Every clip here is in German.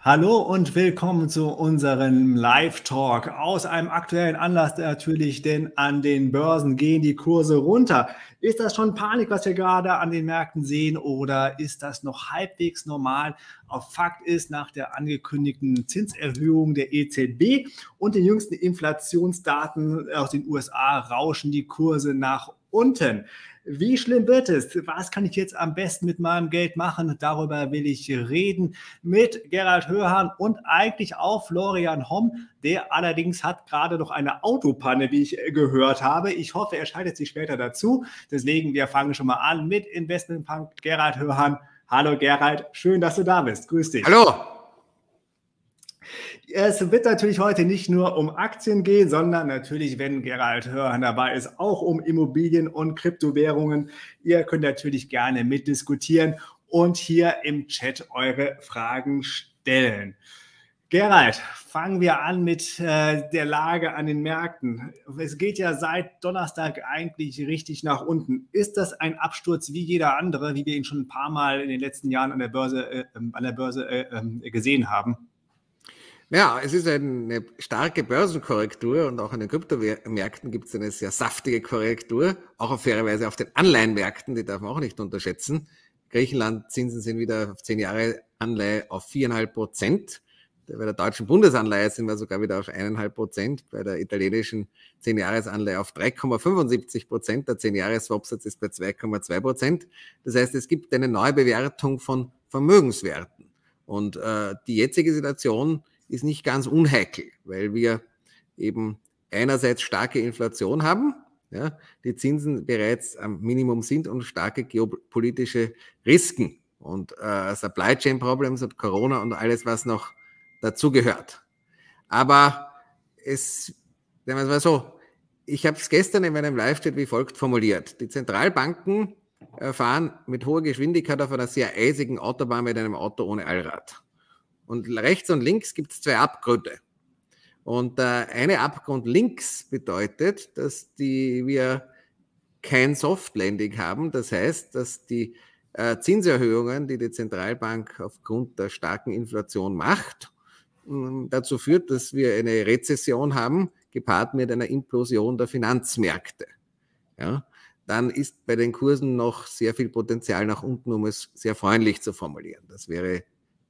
Hallo und willkommen zu unserem Live-Talk aus einem aktuellen Anlass natürlich, denn an den Börsen gehen die Kurse runter. Ist das schon Panik, was wir gerade an den Märkten sehen, oder ist das noch halbwegs normal? Auf Fakt ist, nach der angekündigten Zinserhöhung der EZB und den jüngsten Inflationsdaten aus den USA rauschen die Kurse nach unten. Wie schlimm wird es? Was kann ich jetzt am besten mit meinem Geld machen? Darüber will ich reden mit Gerald Hörhan und eigentlich auch Florian Homm. Der allerdings hat gerade noch eine Autopanne, wie ich gehört habe. Ich hoffe, er schaltet sich später dazu. Deswegen, wir fangen schon mal an mit Investmentbank Gerald Hörhan. Hallo Gerald, schön, dass du da bist. Grüß dich. Hallo. Es wird natürlich heute nicht nur um Aktien gehen, sondern natürlich, wenn Gerald Hörhan dabei ist, auch um Immobilien und Kryptowährungen. Ihr könnt natürlich gerne mitdiskutieren und hier im Chat eure Fragen stellen. Gerald, fangen wir an mit der Lage an den Märkten. Es geht ja seit Donnerstag eigentlich richtig nach unten. Ist das ein Absturz wie jeder andere, wie wir ihn schon ein paar Mal in den letzten Jahren an der Börse gesehen haben? Ja, es ist eine starke Börsenkorrektur und auch an den Kryptomärkten gibt es eine sehr saftige Korrektur, auch fairerweise auf den Anleihenmärkten, die darf man auch nicht unterschätzen. Griechenland-Zinsen sind wieder auf 10 Jahre Anleihe auf 4,5%. Bei der deutschen Bundesanleihe sind wir sogar wieder auf 1,5%, bei der italienischen 10-Jahres-Anleihe auf 3,75%, der 10-Jahres-Swapsatz ist bei 2,2%. Das heißt, es gibt eine Neubewertung von Vermögenswerten. Und die jetzige Situation ist nicht ganz unheikel, weil wir eben einerseits starke Inflation haben, ja, die Zinsen bereits am Minimum sind und starke geopolitische Risiken und Supply Chain Problems und Corona und alles, was noch dazugehört. Aber sagen wir es mal so, ich habe es gestern in meinem Live-Chat wie folgt formuliert. Die Zentralbanken fahren mit hoher Geschwindigkeit auf einer sehr eisigen Autobahn mit einem Auto ohne Allrad. Und rechts und links gibt es 2 Abgründe. Und der eine Abgrund links bedeutet, dass wir kein Soft Landing haben. Das heißt, dass die Zinserhöhungen, die die Zentralbank aufgrund der starken Inflation macht, dazu führt, dass wir eine Rezession haben, gepaart mit einer Implosion der Finanzmärkte. Ja, dann ist bei den Kursen noch sehr viel Potenzial nach unten, um es sehr freundlich zu formulieren. Das wäre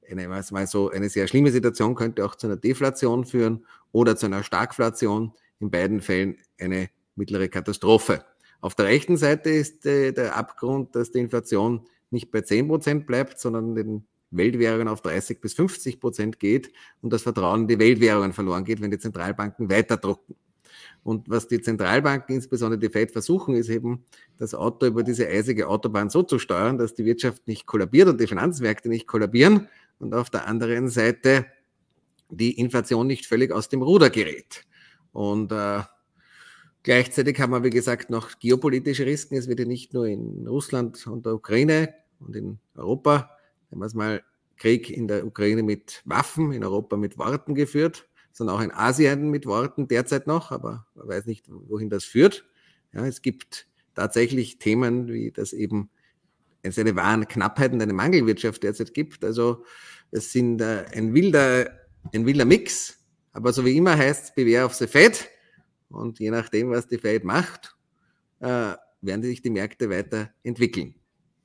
eine sehr schlimme Situation, könnte auch zu einer Deflation führen oder zu einer Starkflation. In beiden Fällen eine mittlere Katastrophe. Auf der rechten Seite ist der Abgrund, dass die Inflation nicht bei 10% bleibt, sondern den Weltwährungen auf 30-50% geht und das Vertrauen in die Weltwährungen verloren geht, wenn die Zentralbanken weiter drucken. Und was die Zentralbanken, insbesondere die Fed, versuchen, ist eben, das Auto über diese eisige Autobahn so zu steuern, dass die Wirtschaft nicht kollabiert und die Finanzmärkte nicht kollabieren und auf der anderen Seite die Inflation nicht völlig aus dem Ruder gerät. Und gleichzeitig haben wir, wie gesagt, noch geopolitische Risiken. Es wird ja nicht nur in Russland und der Ukraine und in Europa, wenn wir es mal Krieg in der Ukraine mit Waffen, in Europa mit Worten geführt, sondern auch in Asien mit Worten derzeit noch, aber man weiß nicht, wohin das führt. Ja, es gibt tatsächlich Themen, wie das eben es eine Warenknappheit und eine Mangelwirtschaft derzeit gibt. Also es sind ein wilder Mix, aber so wie immer heißt es, beware of the Fed. Und je nachdem, was die Fed macht, werden sich die Märkte weiterentwickeln.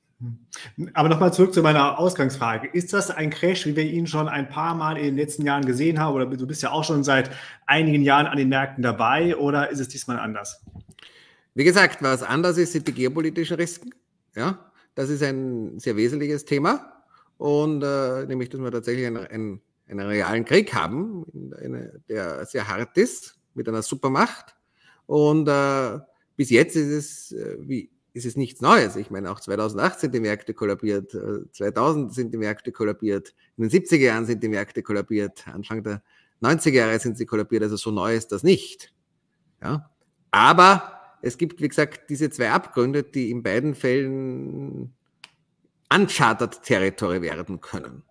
Aber nochmal zurück zu meiner Ausgangsfrage. Ist das ein Crash, wie wir ihn schon ein paar Mal in den letzten Jahren gesehen haben? Oder du bist ja auch schon seit einigen Jahren an den Märkten dabei, oder ist es diesmal anders? Wie gesagt, was anders ist, sind die geopolitischen Risiken. Ja, das ist ein sehr wesentliches Thema. Und nämlich, dass wir tatsächlich einen realen Krieg haben, der sehr hart ist, mit einer Supermacht. Und bis jetzt ist es nichts Neues. Ich meine, auch 2008 sind die Märkte kollabiert, 2000 sind die Märkte kollabiert, in den 70er Jahren sind die Märkte kollabiert, Anfang der 90er Jahre sind sie kollabiert, also so neu ist das nicht. Ja? Aber es gibt, wie gesagt, diese 2 Abgründe, die in beiden Fällen uncharted Territory werden können.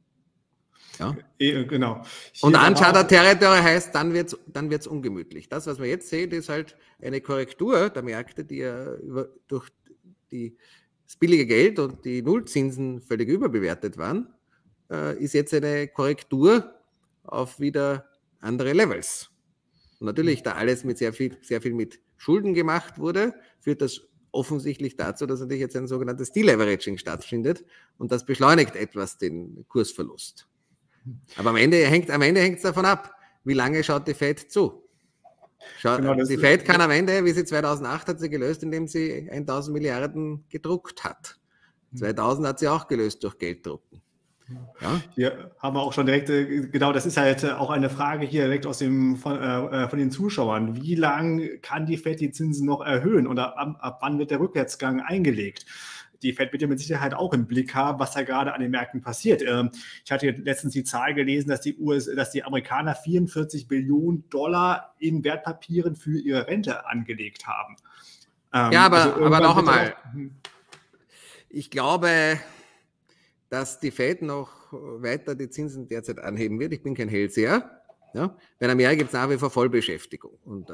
Ja? Genau. Und uncharted Territory heißt, dann wird's ungemütlich. Das, was wir jetzt sehen, ist halt eine Korrektur der Märkte, die ja durch das billige Geld und die Nullzinsen völlig überbewertet waren. ist jetzt eine Korrektur auf wieder andere Levels. Und natürlich, da alles mit sehr viel mit Schulden gemacht wurde, führt das offensichtlich dazu, dass natürlich jetzt ein sogenanntes Deleveraging stattfindet und das beschleunigt etwas den Kursverlust. Aber am Ende hängt es davon ab, wie lange schaut die Fed zu. Die Fed kann am Ende, wie sie 2008 hat sie gelöst, indem sie 1000 Milliarden gedruckt hat. 2000 hat sie auch gelöst durch Gelddrucken. Ja? Hier haben wir auch schon direkt, genau, das ist halt auch eine Frage hier direkt von den Zuschauern. Wie lange kann die Fed die Zinsen noch erhöhen oder ab wann wird der Rückwärtsgang eingelegt? Die Fed wird ja mit Sicherheit auch im Blick haben, was da gerade an den Märkten passiert. Ich hatte letztens die Zahl gelesen, dass die Amerikaner 44 Billionen Dollar in Wertpapieren für ihre Rente angelegt haben. Aber noch einmal, ich glaube, dass die Fed noch weiter die Zinsen derzeit anheben wird. Ich bin kein Hellseher. Ja? Weil in Amerika gibt es nach wie vor Vollbeschäftigung und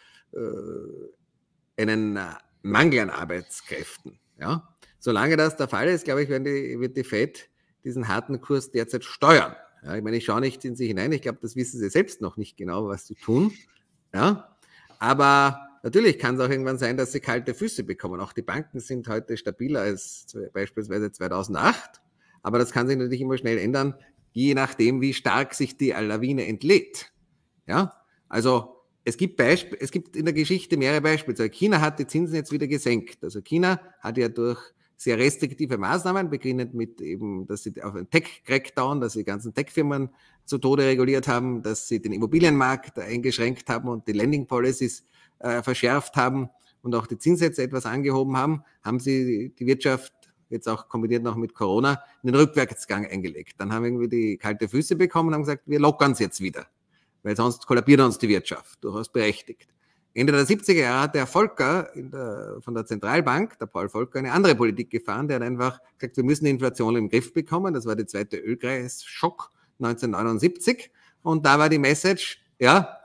einen Mangel an Arbeitskräften. Ja? Solange das der Fall ist, glaube ich, wird die Fed diesen harten Kurs derzeit steuern. Ja? Ich meine, ich schaue nicht in sie hinein. Ich glaube, das wissen sie selbst noch nicht genau, was sie tun. Ja? Aber natürlich kann es auch irgendwann sein, dass sie kalte Füße bekommen. Auch die Banken sind heute stabiler als beispielsweise 2008. Aber das kann sich natürlich immer schnell ändern, je nachdem, wie stark sich die Lawine entlädt. Ja, also es gibt in der Geschichte mehrere Beispiele. Also China hat die Zinsen jetzt wieder gesenkt. Also China hat ja durch sehr restriktive Maßnahmen, beginnend mit eben, dass sie auf einen Tech-Crackdown, dass sie die ganzen Tech-Firmen zu Tode reguliert haben, dass sie den Immobilienmarkt eingeschränkt haben und die Lending-Policies verschärft haben und auch die Zinssätze etwas angehoben haben sie die Wirtschaft jetzt auch kombiniert noch mit Corona, einen Rückwärtsgang eingelegt. Dann haben wir irgendwie die kalte Füße bekommen und haben gesagt, wir lockern es jetzt wieder, weil sonst kollabiert uns die Wirtschaft, durchaus berechtigt. Ende der 70er Jahre hat der Volcker von der Zentralbank, der Paul Volcker, eine andere Politik gefahren. Der hat einfach gesagt, wir müssen die Inflation im Griff bekommen. Das war der zweite Ölpreisschock 1979. Und da war die Message, ja,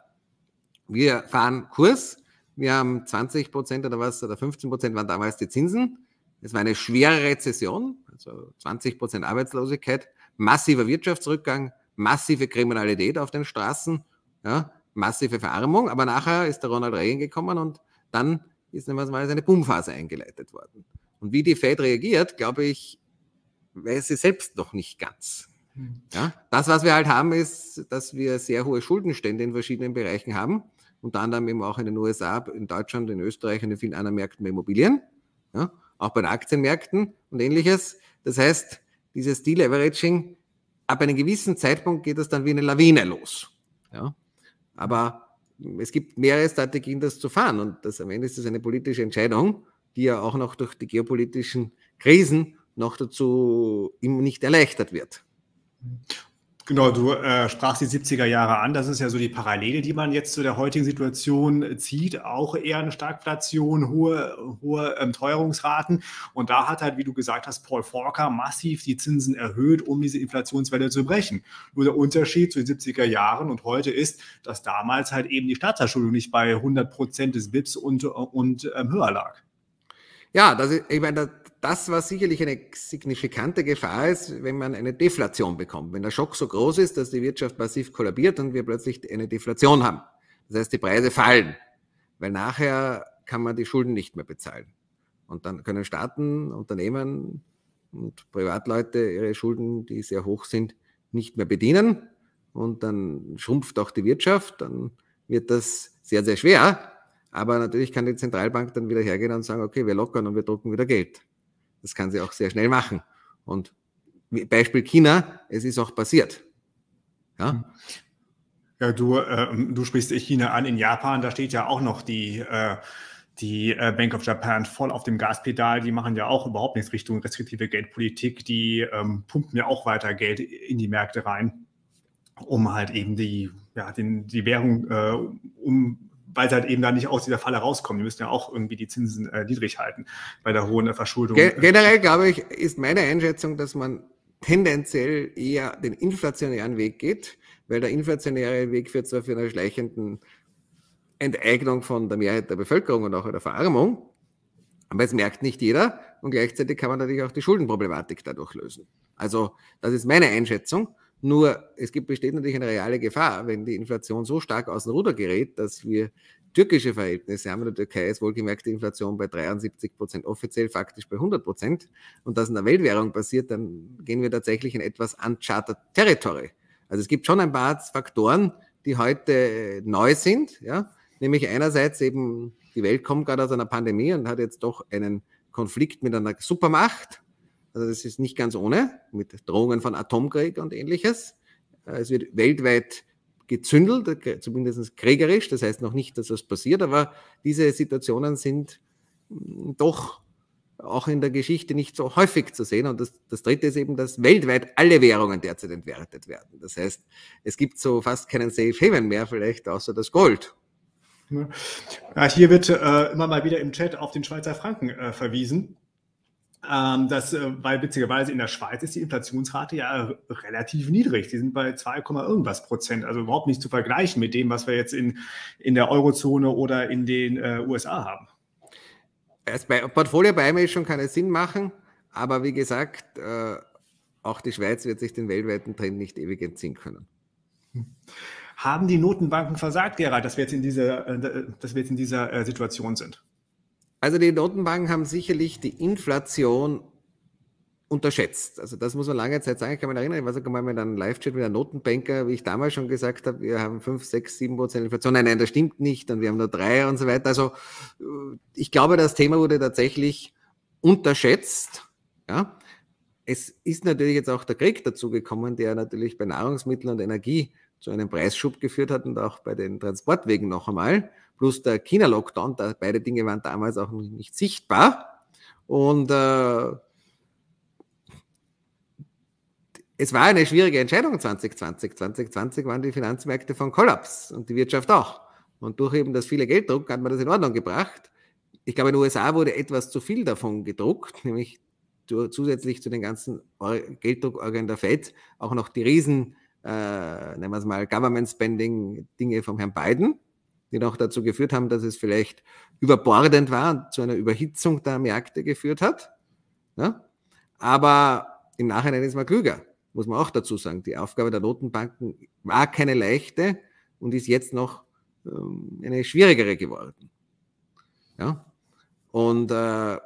wir fahren Kurs. Wir haben 20% oder 15% waren damals die Zinsen. Es war eine schwere Rezession, also 20% Arbeitslosigkeit, massiver Wirtschaftsrückgang, massive Kriminalität auf den Straßen, ja, massive Verarmung. Aber nachher ist der Ronald Reagan gekommen und dann ist nämlich mal eine Boomphase eingeleitet worden. Und wie die Fed reagiert, glaube ich, weiß sie selbst noch nicht ganz. Ja, das, was wir halt haben, ist, dass wir sehr hohe Schuldenstände in verschiedenen Bereichen haben, unter anderem eben auch in den USA, in Deutschland, in Österreich und in vielen anderen Märkten bei Immobilien. Ja, auch bei den Aktienmärkten und ähnliches. Das heißt, dieses Deleveraging, ab einem gewissen Zeitpunkt geht das dann wie eine Lawine los. Ja? Aber es gibt mehrere Strategien, das zu fahren. Und am Ende ist das eine politische Entscheidung, die ja auch noch durch die geopolitischen Krisen noch dazu nicht erleichtert wird. Genau, du sprachst die 70er Jahre an. Das ist ja so die Parallele, die man jetzt zu der heutigen Situation zieht. Auch eher eine Starkflation, hohe Teuerungsraten. Und da hat halt, wie du gesagt hast, Paul Volcker massiv die Zinsen erhöht, um diese Inflationswelle zu brechen. Nur der Unterschied zu den 70er Jahren und heute ist, dass damals halt eben die Staatsverschuldung nicht bei 100% des BIPs und höher lag. Ja, ich meine, das, was sicherlich eine signifikante Gefahr ist, wenn man eine Deflation bekommt. Wenn der Schock so groß ist, dass die Wirtschaft massiv kollabiert und wir plötzlich eine Deflation haben. Das heißt, die Preise fallen, weil nachher kann man die Schulden nicht mehr bezahlen. Und dann können Staaten, Unternehmen und Privatleute ihre Schulden, die sehr hoch sind, nicht mehr bedienen. Und dann schrumpft auch die Wirtschaft, dann wird das sehr, sehr schwer. Aber natürlich kann die Zentralbank dann wieder hergehen und sagen, okay, wir lockern und wir drucken wieder Geld. Das kann sie auch sehr schnell machen. Und Beispiel China, es ist auch passiert. Ja, ja du sprichst China an. In Japan, da steht ja auch noch die Bank of Japan voll auf dem Gaspedal. Die machen ja auch überhaupt nichts Richtung restriktive Geldpolitik. Die pumpen ja auch weiter Geld in die Märkte rein, um halt eben die Währung weil sie halt eben da nicht aus dieser Falle rauskommen. Die müssen ja auch irgendwie die Zinsen niedrig halten bei der hohen Verschuldung. Generell, glaube ich, ist meine Einschätzung, dass man tendenziell eher den inflationären Weg geht, weil der inflationäre Weg führt zwar für eine schleichenden Enteignung von der Mehrheit der Bevölkerung und auch der Verarmung, Aber es merkt nicht jeder und gleichzeitig kann man natürlich auch die Schuldenproblematik dadurch lösen. Also das ist meine Einschätzung. Nur besteht natürlich eine reale Gefahr, wenn die Inflation so stark aus dem Ruder gerät, dass wir türkische Verhältnisse haben. In der Türkei ist wohlgemerkt die Inflation bei 73%, offiziell faktisch bei 100%. Und das in der Weltwährung passiert, dann gehen wir tatsächlich in etwas uncharted territory. Also es gibt schon ein paar Faktoren, die heute neu sind, ja, nämlich einerseits eben, die Welt kommt gerade aus einer Pandemie und hat jetzt doch einen Konflikt mit einer Supermacht. Also das ist nicht ganz ohne, mit Drohungen von Atomkrieg und Ähnliches. Es wird weltweit gezündelt, zumindest kriegerisch. Das heißt noch nicht, dass das passiert, aber diese Situationen sind doch auch in der Geschichte nicht so häufig zu sehen. Und das Dritte ist eben, dass weltweit alle Währungen derzeit entwertet werden. Das heißt, es gibt so fast keinen Safe Haven mehr, vielleicht außer das Gold. Ja, hier wird immer mal wieder im Chat auf den Schweizer Franken verwiesen. Weil witzigerweise in der Schweiz ist die Inflationsrate ja relativ niedrig. Die sind bei 2, irgendwas Prozent, also überhaupt nicht zu vergleichen mit dem, was wir jetzt in der Eurozone oder in den USA haben. Als Portfolio-Beimischung kann es Sinn machen, aber wie gesagt, auch die Schweiz wird sich den weltweiten Trend nicht ewig entziehen können. Haben die Notenbanken versagt, Gerald, dass wir jetzt in dieser Situation sind? Also die Notenbanken haben sicherlich die Inflation unterschätzt. Also das muss man lange Zeit sagen. Ich kann mich erinnern, ich war sogar mal mit einem Live-Chat mit einem Notenbanker, wie ich damals schon gesagt habe, wir haben 5, 6, 7% Inflation. Nein, das stimmt nicht und wir haben nur 3 und so weiter. Also ich glaube, das Thema wurde tatsächlich unterschätzt. Ja. Es ist natürlich jetzt auch der Krieg dazu gekommen, der natürlich bei Nahrungsmitteln und Energie zu einem Preisschub geführt hat und auch bei den Transportwegen noch einmal. Plus der China-Lockdown, beide Dinge waren damals auch noch nicht sichtbar. Und es war eine schwierige Entscheidung 2020. 2020 waren die Finanzmärkte von Kollaps und die Wirtschaft auch. Und durch eben das viele Gelddruck hat man das in Ordnung gebracht. Ich glaube, in den USA wurde etwas zu viel davon gedruckt, nämlich zusätzlich zu den ganzen Gelddruckorganen der Fed auch noch die riesen, nennen wir es mal, Government-Spending-Dinge vom Herrn Biden, die noch dazu geführt haben, dass es vielleicht überbordend war und zu einer Überhitzung der Märkte geführt hat. Ja? Aber im Nachhinein ist man klüger, muss man auch dazu sagen. Die Aufgabe der Notenbanken war keine leichte und ist jetzt noch eine schwierigere geworden. Ja? Und am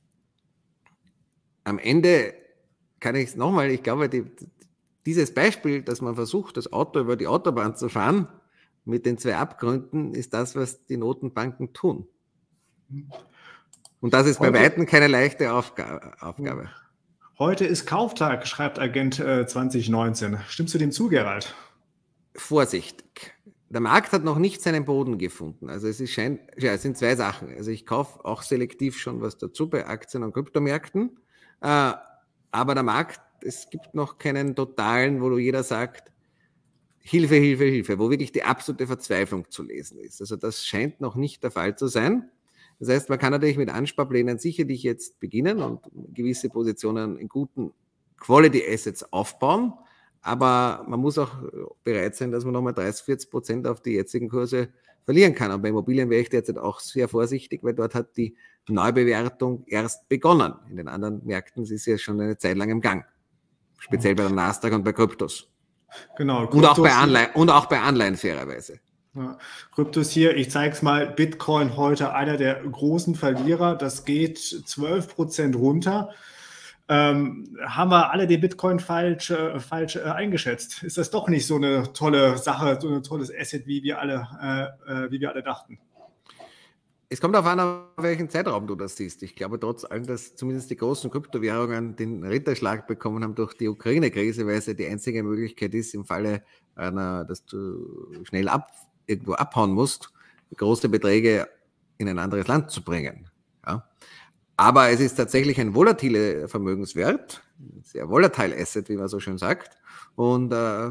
Ende kann ich es nochmal, ich glaube, dieses Beispiel, dass man versucht, das Auto über die Autobahn zu fahren, mit den 2 Abgründen, ist das, was die Notenbanken tun. Und das ist bei weitem keine leichte Aufgabe. Heute ist Kauftag, schreibt Agent 2019. Stimmst du dem zu, Gerald? Vorsichtig. Der Markt hat noch nicht seinen Boden gefunden. Also es sind 2 Sachen. Also ich kaufe auch selektiv schon was dazu bei Aktien- und Kryptomärkten. Aber der Markt, es gibt noch keinen totalen, wo jeder sagt, Hilfe, Hilfe, Hilfe, wo wirklich die absolute Verzweiflung zu lesen ist. Also das scheint noch nicht der Fall zu sein. Das heißt, man kann natürlich mit Ansparplänen sicherlich jetzt beginnen und gewisse Positionen in guten Quality Assets aufbauen, aber man muss auch bereit sein, dass man nochmal 30-40% auf die jetzigen Kurse verlieren kann. Und bei Immobilien wäre ich derzeit auch sehr vorsichtig, weil dort hat die Neubewertung erst begonnen. In den anderen Märkten ist es ja schon eine Zeit lang im Gang. Speziell bei der Nasdaq und bei Kryptos. Genau. Und auch bei Anleihen fairerweise. Ja, Kryptos hier, ich zeige es mal, Bitcoin heute einer der großen Verlierer, das geht 12% runter. Haben wir alle den Bitcoin falsch eingeschätzt? Ist das doch nicht so eine tolle Sache, so ein tolles Asset, wie wir alle dachten? Es kommt darauf an, auf welchen Zeitraum du das siehst. Ich glaube trotz allem, dass zumindest die großen Kryptowährungen den Ritterschlag bekommen haben durch die Ukraine-Krise, weil es ja die einzige Möglichkeit ist, im Falle dass du schnell irgendwo abhauen musst, große Beträge in ein anderes Land zu bringen. Ja. Aber es ist tatsächlich ein volatiler Vermögenswert, ein sehr volatile Asset, wie man so schön sagt. Und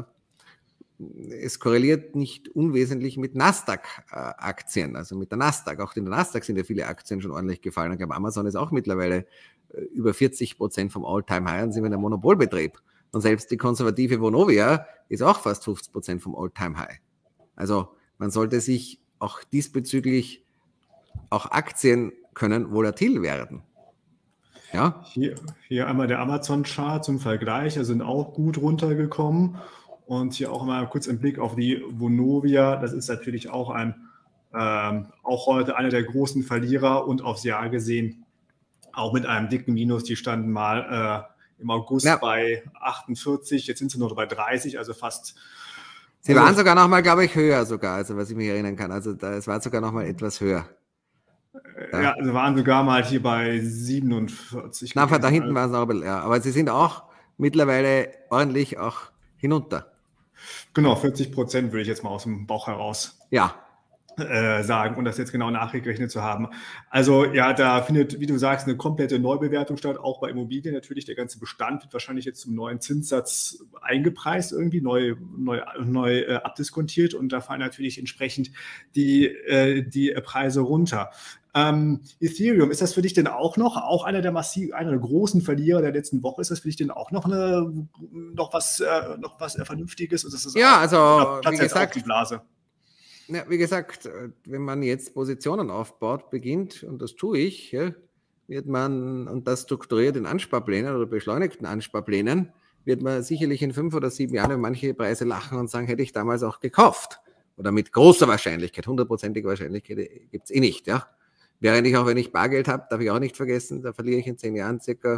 es korreliert nicht unwesentlich mit Nasdaq-Aktien, also mit der Nasdaq. Auch in der Nasdaq sind ja viele Aktien schon ordentlich gefallen. Ich glaube, Amazon ist auch mittlerweile über 40% vom All-Time-High und sind wir in einem Monopolbetrieb. Und selbst die konservative Vonovia ist auch fast 50% vom All-Time-High. Also man sollte sich auch diesbezüglich auch Aktien können volatil werden. Ja? Hier einmal der Amazon-Chart zum Vergleich, sind auch gut runtergekommen. Und hier auch mal kurz ein Blick auf die Vonovia. Das ist natürlich auch auch heute einer der großen Verlierer und aufs Jahr gesehen auch mit einem dicken Minus. Die standen mal im August bei 48, jetzt sind sie nur bei 30, also fast. Sie waren sogar noch mal, glaube ich, höher sogar, also was ich mich erinnern kann. Also es war sogar noch mal etwas höher. Ja, sie waren sogar mal hier bei 47. Na, da hinten waren es noch, ja, aber sie sind auch mittlerweile ordentlich auch hinunter. Genau, 40% würde ich jetzt mal aus dem Bauch heraus sagen und das jetzt genau nachgerechnet zu haben. Also ja, da findet, wie du sagst, eine komplette Neubewertung statt, auch bei Immobilien natürlich. Der ganze Bestand wird wahrscheinlich jetzt zum neuen Zinssatz eingepreist, irgendwie neu abdiskontiert und da fallen natürlich entsprechend die Preise runter. Ethereum, ist das für dich denn auch einer der großen Verlierer der letzten Woche? Ist das für dich denn auch noch was Vernünftiges? Ist das ja, also wie gesagt, die Blase? Ja, wie gesagt, wenn man jetzt Positionen aufbaut, beginnt, und das tue ich, wird man, und das strukturiert in Ansparplänen oder beschleunigten Ansparplänen, wird man sicherlich in 5 oder 7 Jahren über manche Preise lachen und sagen, hätte ich damals auch gekauft. Oder mit großer Wahrscheinlichkeit, 100%ige Wahrscheinlichkeit gibt es nicht. Ja? Während ich auch, wenn ich Bargeld habe, darf ich auch nicht vergessen, da verliere ich in 10 Jahren circa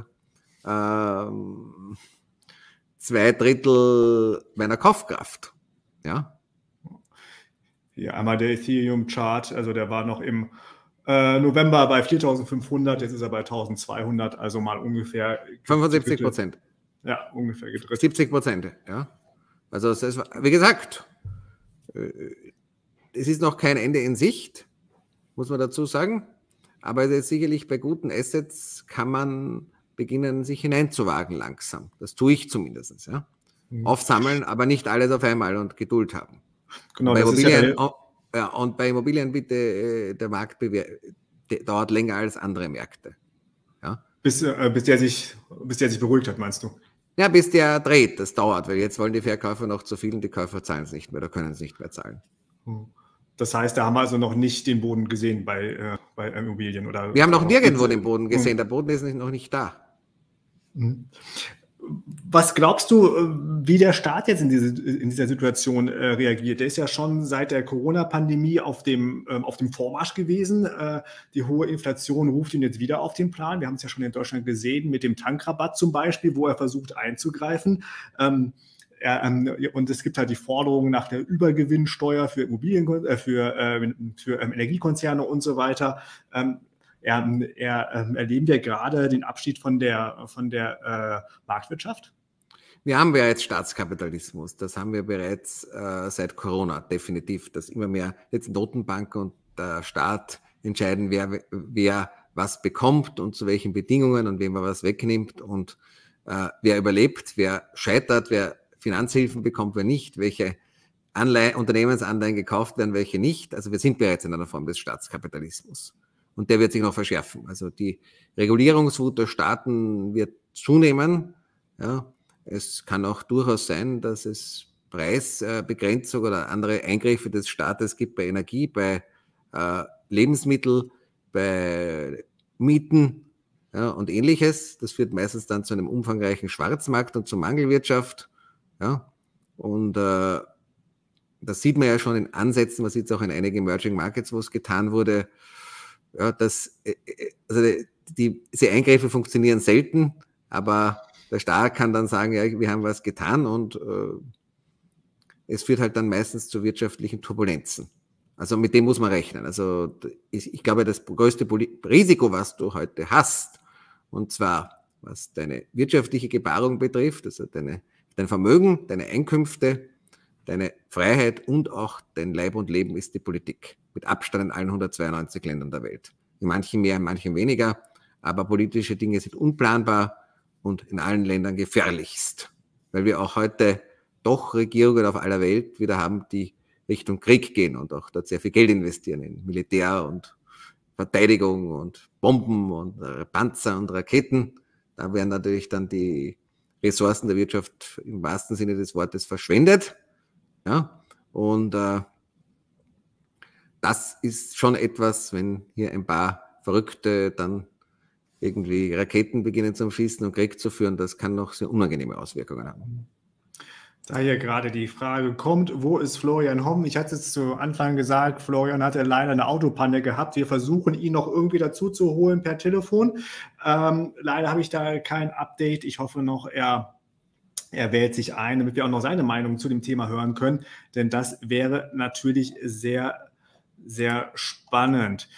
2/3 meiner Kaufkraft. Ja. Hier einmal der Ethereum-Chart, also der war noch im November bei 4.500, jetzt ist er bei 1.200, also mal ungefähr 75%. Ja, ungefähr gedrittelt. 70%, ja. Also es ist, wie gesagt, es ist noch kein Ende in Sicht, muss man dazu sagen, aber jetzt sicherlich bei guten Assets kann man beginnen, sich hineinzuwagen langsam. Das tue ich zumindest, ja. Aufsammeln, aber nicht alles auf einmal und Geduld haben. Genau, bei Immobilien, und bei Immobilien bitte, der Markt dauert länger als andere Märkte. Ja? Bis der sich beruhigt hat, meinst du? Ja, bis der dreht, das dauert, weil jetzt wollen die Verkäufer noch zu viel und die Käufer zahlen es nicht mehr oder können es nicht mehr zahlen. Das heißt, da haben wir also noch nicht den Boden gesehen bei Immobilien? Oder wir haben noch nirgendwo den Boden gesehen, der Boden ist noch nicht da. Was glaubst du, wie der Staat jetzt in dieser Situation reagiert? Der ist ja schon seit der Corona-Pandemie auf dem Vormarsch gewesen. Die hohe Inflation ruft ihn jetzt wieder auf den Plan. Wir haben es ja schon in Deutschland gesehen mit dem Tankrabatt zum Beispiel, wo er versucht einzugreifen. Und es gibt halt die Forderung nach der Übergewinnsteuer für Energiekonzerne und so weiter. Erleben wir gerade den Abschied von der Marktwirtschaft? Wir haben ja jetzt Staatskapitalismus. Das haben wir bereits seit Corona, definitiv. Dass immer mehr jetzt Notenbank und der Staat entscheiden, wer was bekommt und zu welchen Bedingungen und wem man was wegnimmt und wer überlebt, wer scheitert, wer Finanzhilfen bekommt, wer nicht, welche Unternehmensanleihen gekauft werden, welche nicht. Also wir sind bereits in einer Form des Staatskapitalismus. Und der wird sich noch verschärfen. Also die Regulierungswut der Staaten wird zunehmen. Ja, es kann auch durchaus sein, dass es Preisbegrenzung oder andere Eingriffe des Staates gibt bei Energie, bei Lebensmitteln, bei Mieten, ja, und Ähnliches. Das führt meistens dann zu einem umfangreichen Schwarzmarkt und zur Mangelwirtschaft. Ja, und das sieht man ja schon in Ansätzen, man sieht es auch in einigen Emerging Markets, wo es getan wurde. Ja, diese Eingriffe funktionieren selten, aber der Staat kann dann sagen, ja, wir haben was getan und es führt halt dann meistens zu wirtschaftlichen Turbulenzen. Also mit dem muss man rechnen. Also ich glaube, das größte Risiko, was du heute hast, und zwar was deine wirtschaftliche Gebarung betrifft, also dein Vermögen, deine Einkünfte, deine Freiheit und auch dein Leib und Leben, ist die Politik. Mit Abstand in allen 192 Ländern der Welt. In manchen mehr, in manchen weniger. Aber politische Dinge sind unplanbar und in allen Ländern gefährlichst. Weil wir auch heute doch Regierungen auf aller Welt wieder haben, die Richtung Krieg gehen und auch dort sehr viel Geld investieren in Militär und Verteidigung und Bomben und Panzer und Raketen. Da werden natürlich dann die Ressourcen der Wirtschaft im wahrsten Sinne des Wortes verschwendet. Ja, und das ist schon etwas, wenn hier ein paar Verrückte dann irgendwie Raketen beginnen zu schießen und Krieg zu führen, das kann noch sehr unangenehme Auswirkungen haben. Da hier gerade die Frage kommt, wo ist Florian Homm? Ich hatte es zu Anfang gesagt, Florian hatte leider eine Autopanne gehabt. Wir versuchen, ihn noch irgendwie dazu zu holen per Telefon. Leider habe ich da kein Update. Ich hoffe noch, er wählt sich ein, damit wir auch noch seine Meinung zu dem Thema hören können. Denn das wäre natürlich sehr, sehr spannend.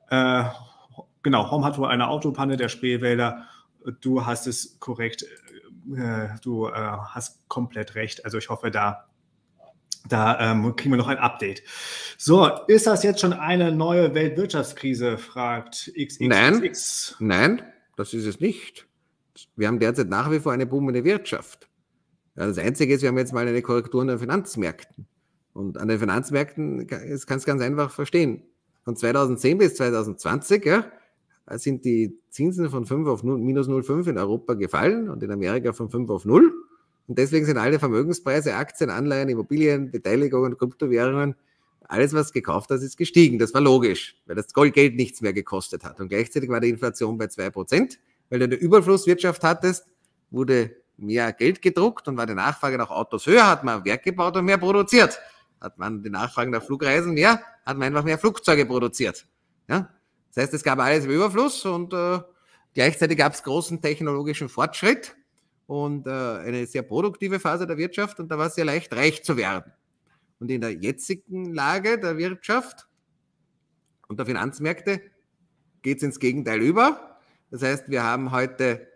Genau, Homm hat wohl eine Autopanne der Spreewälder. Du hast es korrekt. Du hast komplett recht. Also ich hoffe, da kriegen wir noch ein Update. So, ist das jetzt schon eine neue Weltwirtschaftskrise, fragt XXX. Nein, das ist es nicht. Wir haben derzeit nach wie vor eine boomende Wirtschaft. Ja, das Einzige ist, wir haben jetzt mal eine Korrektur an den Finanzmärkten. Und an den Finanzmärkten kannst du ganz einfach verstehen. Von 2010 bis 2020 sind die Zinsen von 5 auf minus 0,5 in Europa gefallen und in Amerika von 5 auf 0. Und deswegen sind alle Vermögenspreise, Aktien, Anleihen, Immobilien, Beteiligungen, Kryptowährungen, alles, was gekauft hast, ist gestiegen. Das war logisch, weil das Goldgeld nichts mehr gekostet hat. Und gleichzeitig war die Inflation bei 2%, weil du eine Überflusswirtschaft hattest, wurde mehr Geld gedruckt und war die Nachfrage nach Autos höher, hat man Werk gebaut und mehr produziert. Hat man die Nachfrage nach Flugreisen mehr, hat man einfach mehr Flugzeuge produziert. Ja? Das heißt, es gab alles im Überfluss und gleichzeitig gab es großen technologischen Fortschritt und eine sehr produktive Phase der Wirtschaft und da war es sehr leicht, reich zu werden. Und in der jetzigen Lage der Wirtschaft und der Finanzmärkte geht es ins Gegenteil über. Das heißt, wir haben heute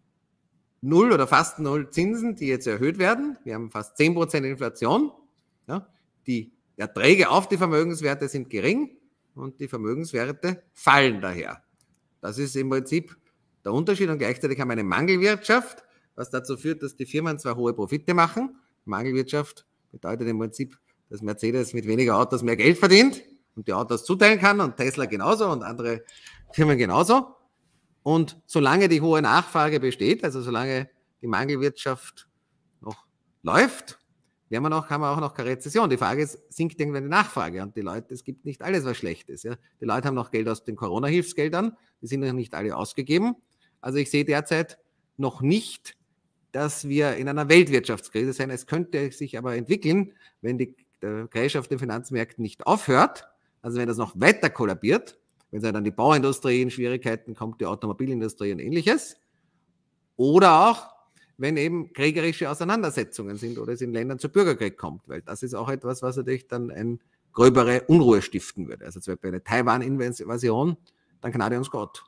0 oder fast 0 Zinsen, die jetzt erhöht werden. Wir haben fast 10% Inflation. Ja? Die Erträge auf die Vermögenswerte sind gering und die Vermögenswerte fallen daher. Das ist im Prinzip der Unterschied und gleichzeitig haben wir eine Mangelwirtschaft, was dazu führt, dass die Firmen zwar hohe Profite machen. Mangelwirtschaft bedeutet im Prinzip, dass Mercedes mit weniger Autos mehr Geld verdient und die Autos zuteilen kann und Tesla genauso und andere Firmen genauso. Und solange die hohe Nachfrage besteht, also solange die Mangelwirtschaft noch läuft, haben wir auch noch keine Rezession. Die Frage ist, sinkt irgendwann die Nachfrage? Und die Leute, es gibt nicht alles, was schlecht ist. Ja. Die Leute haben noch Geld aus den Corona-Hilfsgeldern, die sind noch nicht alle ausgegeben. Also ich sehe derzeit noch nicht, dass wir in einer Weltwirtschaftskrise sind. Es könnte sich aber entwickeln, wenn der Crash auf den Finanzmärkten nicht aufhört, also wenn das noch weiter kollabiert, wenn es dann die Bauindustrie in Schwierigkeiten kommt, die Automobilindustrie und ähnliches, oder auch wenn eben kriegerische Auseinandersetzungen sind oder es in Ländern zu Bürgerkrieg kommt, weil das ist auch etwas, was natürlich dann eine gröbere Unruhe stiften würde. Also zum Beispiel eine Taiwan-Invasion, dann gnade uns Gott.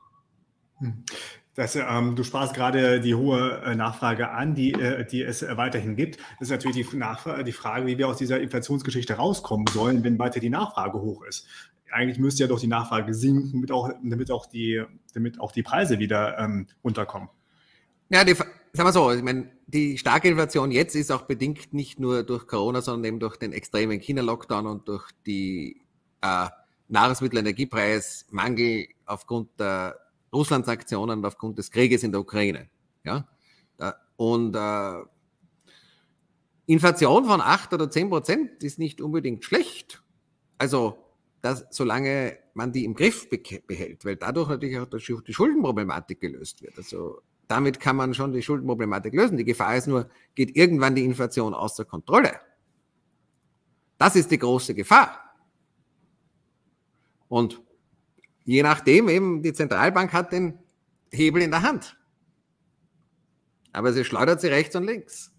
Du sprachst gerade die hohe Nachfrage an, die es weiterhin gibt. Das ist natürlich die Frage, wie wir aus dieser Inflationsgeschichte rauskommen sollen, wenn weiter die Nachfrage hoch ist. Eigentlich müsste ja doch die Nachfrage sinken, damit auch die Preise wieder runterkommen. Ja, sagen wir so, ich meine, die starke Inflation jetzt ist auch bedingt nicht nur durch Corona, sondern eben durch den extremen China-Lockdown und durch die Nahrungsmittel- und Energiepreismangel aufgrund der Russland-Sanktionen und aufgrund des Krieges in der Ukraine. Ja? Und Inflation von 8 oder 10% ist nicht unbedingt schlecht. Also, solange man die im Griff behält, weil dadurch natürlich auch die Schuldenproblematik gelöst wird. Also, damit kann man schon die Schuldenproblematik lösen. Die Gefahr ist nur, geht irgendwann die Inflation außer Kontrolle. Das ist die große Gefahr. Und je nachdem eben, die Zentralbank hat den Hebel in der Hand. Aber sie schleudert sie rechts und links.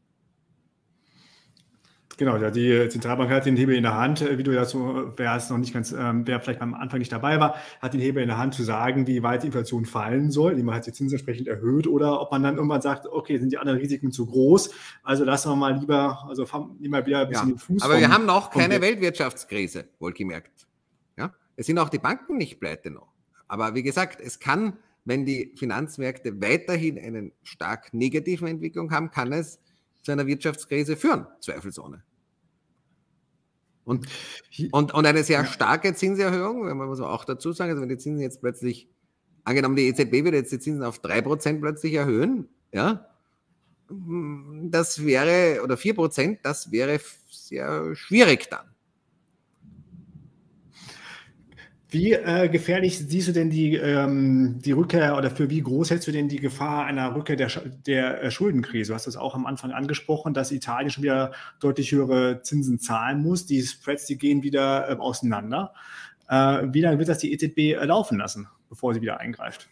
Genau, ja, die Zentralbank hat den Hebel in der Hand, wie du dazu, wer vielleicht am Anfang nicht dabei war, hat den Hebel in der Hand zu sagen, wie weit die Inflation fallen soll, indem man halt die Zinsen entsprechend erhöht oder ob man dann irgendwann sagt, okay, sind die anderen Risiken zu groß, also lassen wir mal lieber, nehmen wir wieder ein bisschen den Fuß. Aber wir haben noch keine Weltwirtschaftskrise, wohlgemerkt. Ja? Es sind auch die Banken nicht pleite noch. Aber wie gesagt, es kann, wenn die Finanzmärkte weiterhin eine stark negative Entwicklung haben, kann es zu einer Wirtschaftskrise führen, zweifelsohne. Und eine sehr starke Zinserhöhung, wenn man so auch dazu sagen, also wenn die Zinsen jetzt plötzlich, angenommen die EZB würde jetzt die Zinsen auf 3% plötzlich erhöhen, ja, das wäre, oder 4%, das wäre sehr schwierig dann. Wie gefährlich siehst du denn die Rückkehr oder für wie groß hältst du denn die Gefahr einer Rückkehr der Schuldenkrise? Du hast das auch am Anfang angesprochen, dass Italien schon wieder deutlich höhere Zinsen zahlen muss. Die Spreads, die gehen wieder auseinander. Wie lange wird das die EZB laufen lassen, bevor sie wieder eingreift?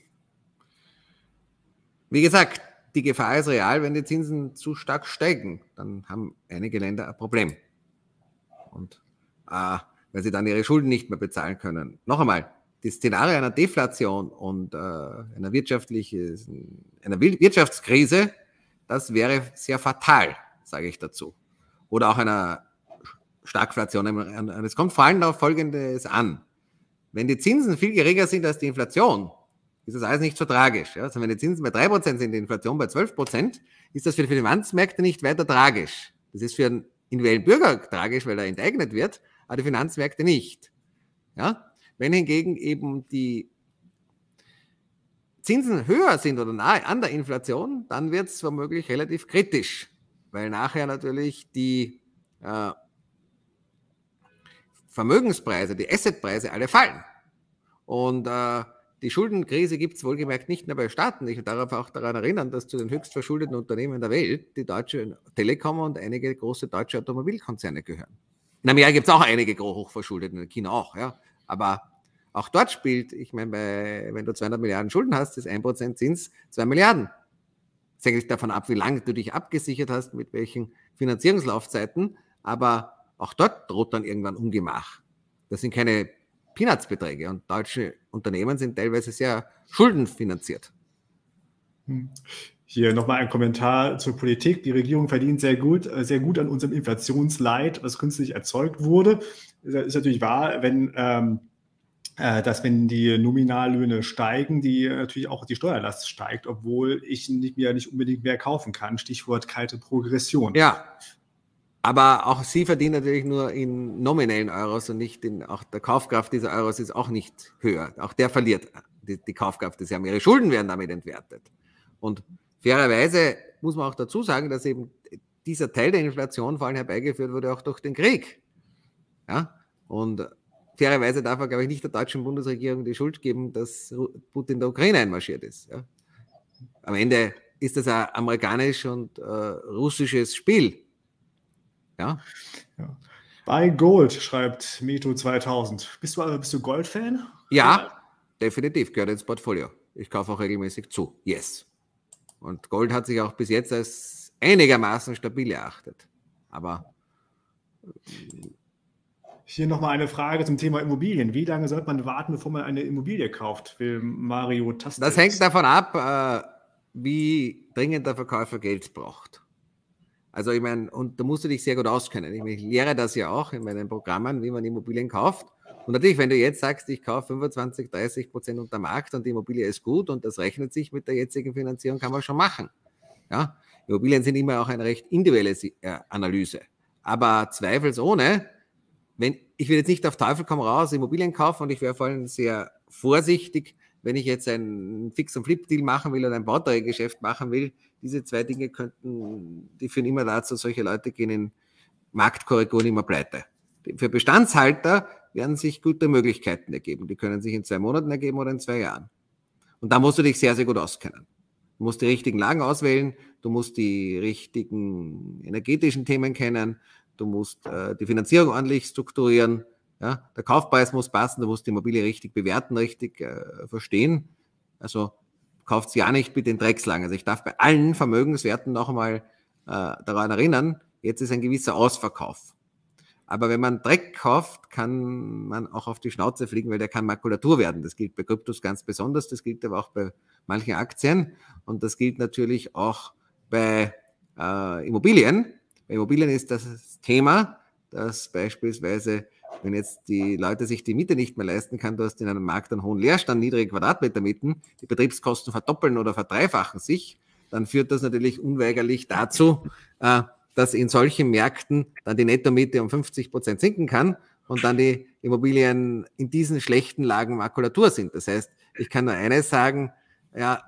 Wie gesagt, die Gefahr ist real, wenn die Zinsen zu stark steigen. Dann haben einige Länder ein Problem. Und weil sie dann ihre Schulden nicht mehr bezahlen können. Noch einmal, die Szenario einer Deflation und einer Wirtschaftskrise, das wäre sehr fatal, sage ich dazu. Oder auch einer Stagflation. Es kommt vor allem auf Folgendes an. Wenn die Zinsen viel geringer sind als die Inflation, ist das alles nicht so tragisch. Ja? Also wenn die Zinsen bei 3% sind, die Inflation bei 12%, ist das für die Finanzmärkte nicht weiter tragisch. Das ist für einen individuellen Bürger tragisch, weil er enteignet wird, aber die Finanzmärkte nicht. Ja? Wenn hingegen eben die Zinsen höher sind oder nahe an der Inflation, dann wird es womöglich relativ kritisch, weil nachher natürlich die Vermögenspreise, die Assetpreise alle fallen. Und die Schuldenkrise gibt es wohlgemerkt nicht nur bei Staaten. Ich darf auch daran erinnern, dass zu den höchst verschuldeten Unternehmen der Welt die Deutsche Telekom und einige große deutsche Automobilkonzerne gehören. In Amerika gibt es auch einige hochverschuldete, in China auch. Ja. Aber auch dort spielt, ich meine, wenn du 200 Milliarden Schulden hast, ist 1% Zins 2 Milliarden. Das hängt davon ab, wie lange du dich abgesichert hast, mit welchen Finanzierungslaufzeiten. Aber auch dort droht dann irgendwann Ungemach. Das sind keine Peanuts-Beträge und deutsche Unternehmen sind teilweise sehr schuldenfinanziert. Hier nochmal ein Kommentar zur Politik. Die Regierung verdient sehr gut an unserem Inflationsleid, was künstlich erzeugt wurde. Das ist natürlich wahr, wenn die Nominallöhne steigen, die natürlich auch die Steuerlast steigt, obwohl ich nicht unbedingt mehr kaufen kann. Stichwort kalte Progression. Ja. Aber auch sie verdienen natürlich nur in nominellen Euros und nicht auch der Kaufkraft dieser Euros ist auch nicht höher. Auch der verliert die Kaufkraft. Sie haben ihre Schulden werden damit entwertet. Und fairerweise muss man auch dazu sagen, dass eben dieser Teil der Inflation vor allem herbeigeführt wurde auch durch den Krieg. Ja? Und fairerweise darf man, glaube ich, nicht der deutschen Bundesregierung die Schuld geben, dass Putin in der Ukraine einmarschiert ist. Ja? Am Ende ist das ein amerikanisch und russisches Spiel. Ja. Ja. Buy Gold, schreibt Meto 2000. Bist du Gold-Fan? Ja, definitiv, gehört ins Portfolio. Ich kaufe auch regelmäßig zu. Yes. Und Gold hat sich auch bis jetzt als einigermaßen stabil erachtet. Aber hier nochmal eine Frage zum Thema Immobilien. Wie lange sollte man warten, bevor man eine Immobilie kauft? Will Mario Tastel. Das hängt davon ab, wie dringend der Verkäufer Geld braucht. Also ich meine, und da musst du dich sehr gut auskennen. Ich lehre das ja auch in meinen Programmen, wie man Immobilien kauft. Und natürlich, wenn du jetzt sagst, ich kaufe 25-30% unter Markt und die Immobilie ist gut und das rechnet sich mit der jetzigen Finanzierung, kann man schon machen. Ja? Immobilien sind immer auch eine recht individuelle Analyse. Aber zweifelsohne, ich will jetzt nicht auf Teufel komm raus Immobilien kaufen und ich wäre vor allem sehr vorsichtig, wenn ich jetzt einen Fix- und Flip-Deal machen will oder ein Bauträgergeschäft machen will. Diese zwei Dinge die führen immer dazu, solche Leute gehen in Marktkorrekturen immer pleite. Für Bestandshalter werden sich gute Möglichkeiten ergeben. Die können sich in 2 Monaten ergeben oder in 2 Jahren. Und da musst du dich sehr, sehr gut auskennen. Du musst die richtigen Lagen auswählen, du musst die richtigen energetischen Themen kennen, du musst die Finanzierung ordentlich strukturieren, ja? Der Kaufpreis muss passen, du musst die Immobilie richtig bewerten, richtig verstehen. Also kauft sie ja nicht bitte in Dreckslagen. Also ich darf bei allen Vermögenswerten noch einmal daran erinnern, jetzt ist ein gewisser Ausverkauf. Aber wenn man Dreck kauft, kann man auch auf die Schnauze fliegen, weil der kann Makulatur werden. Das gilt bei Kryptos ganz besonders, das gilt aber auch bei manchen Aktien und das gilt natürlich auch bei Immobilien. Bei Immobilien ist das Thema, dass beispielsweise, wenn jetzt die Leute sich die Miete nicht mehr leisten kann, du hast in einem Markt einen hohen Leerstand, niedrige Quadratmetermieten, die Betriebskosten verdoppeln oder verdreifachen sich, dann führt das natürlich unweigerlich dazu, dass in solchen Märkten dann die Nettomiete um 50% sinken kann und dann die Immobilien in diesen schlechten Lagen Makulatur sind. Das heißt, ich kann nur eines sagen, ja,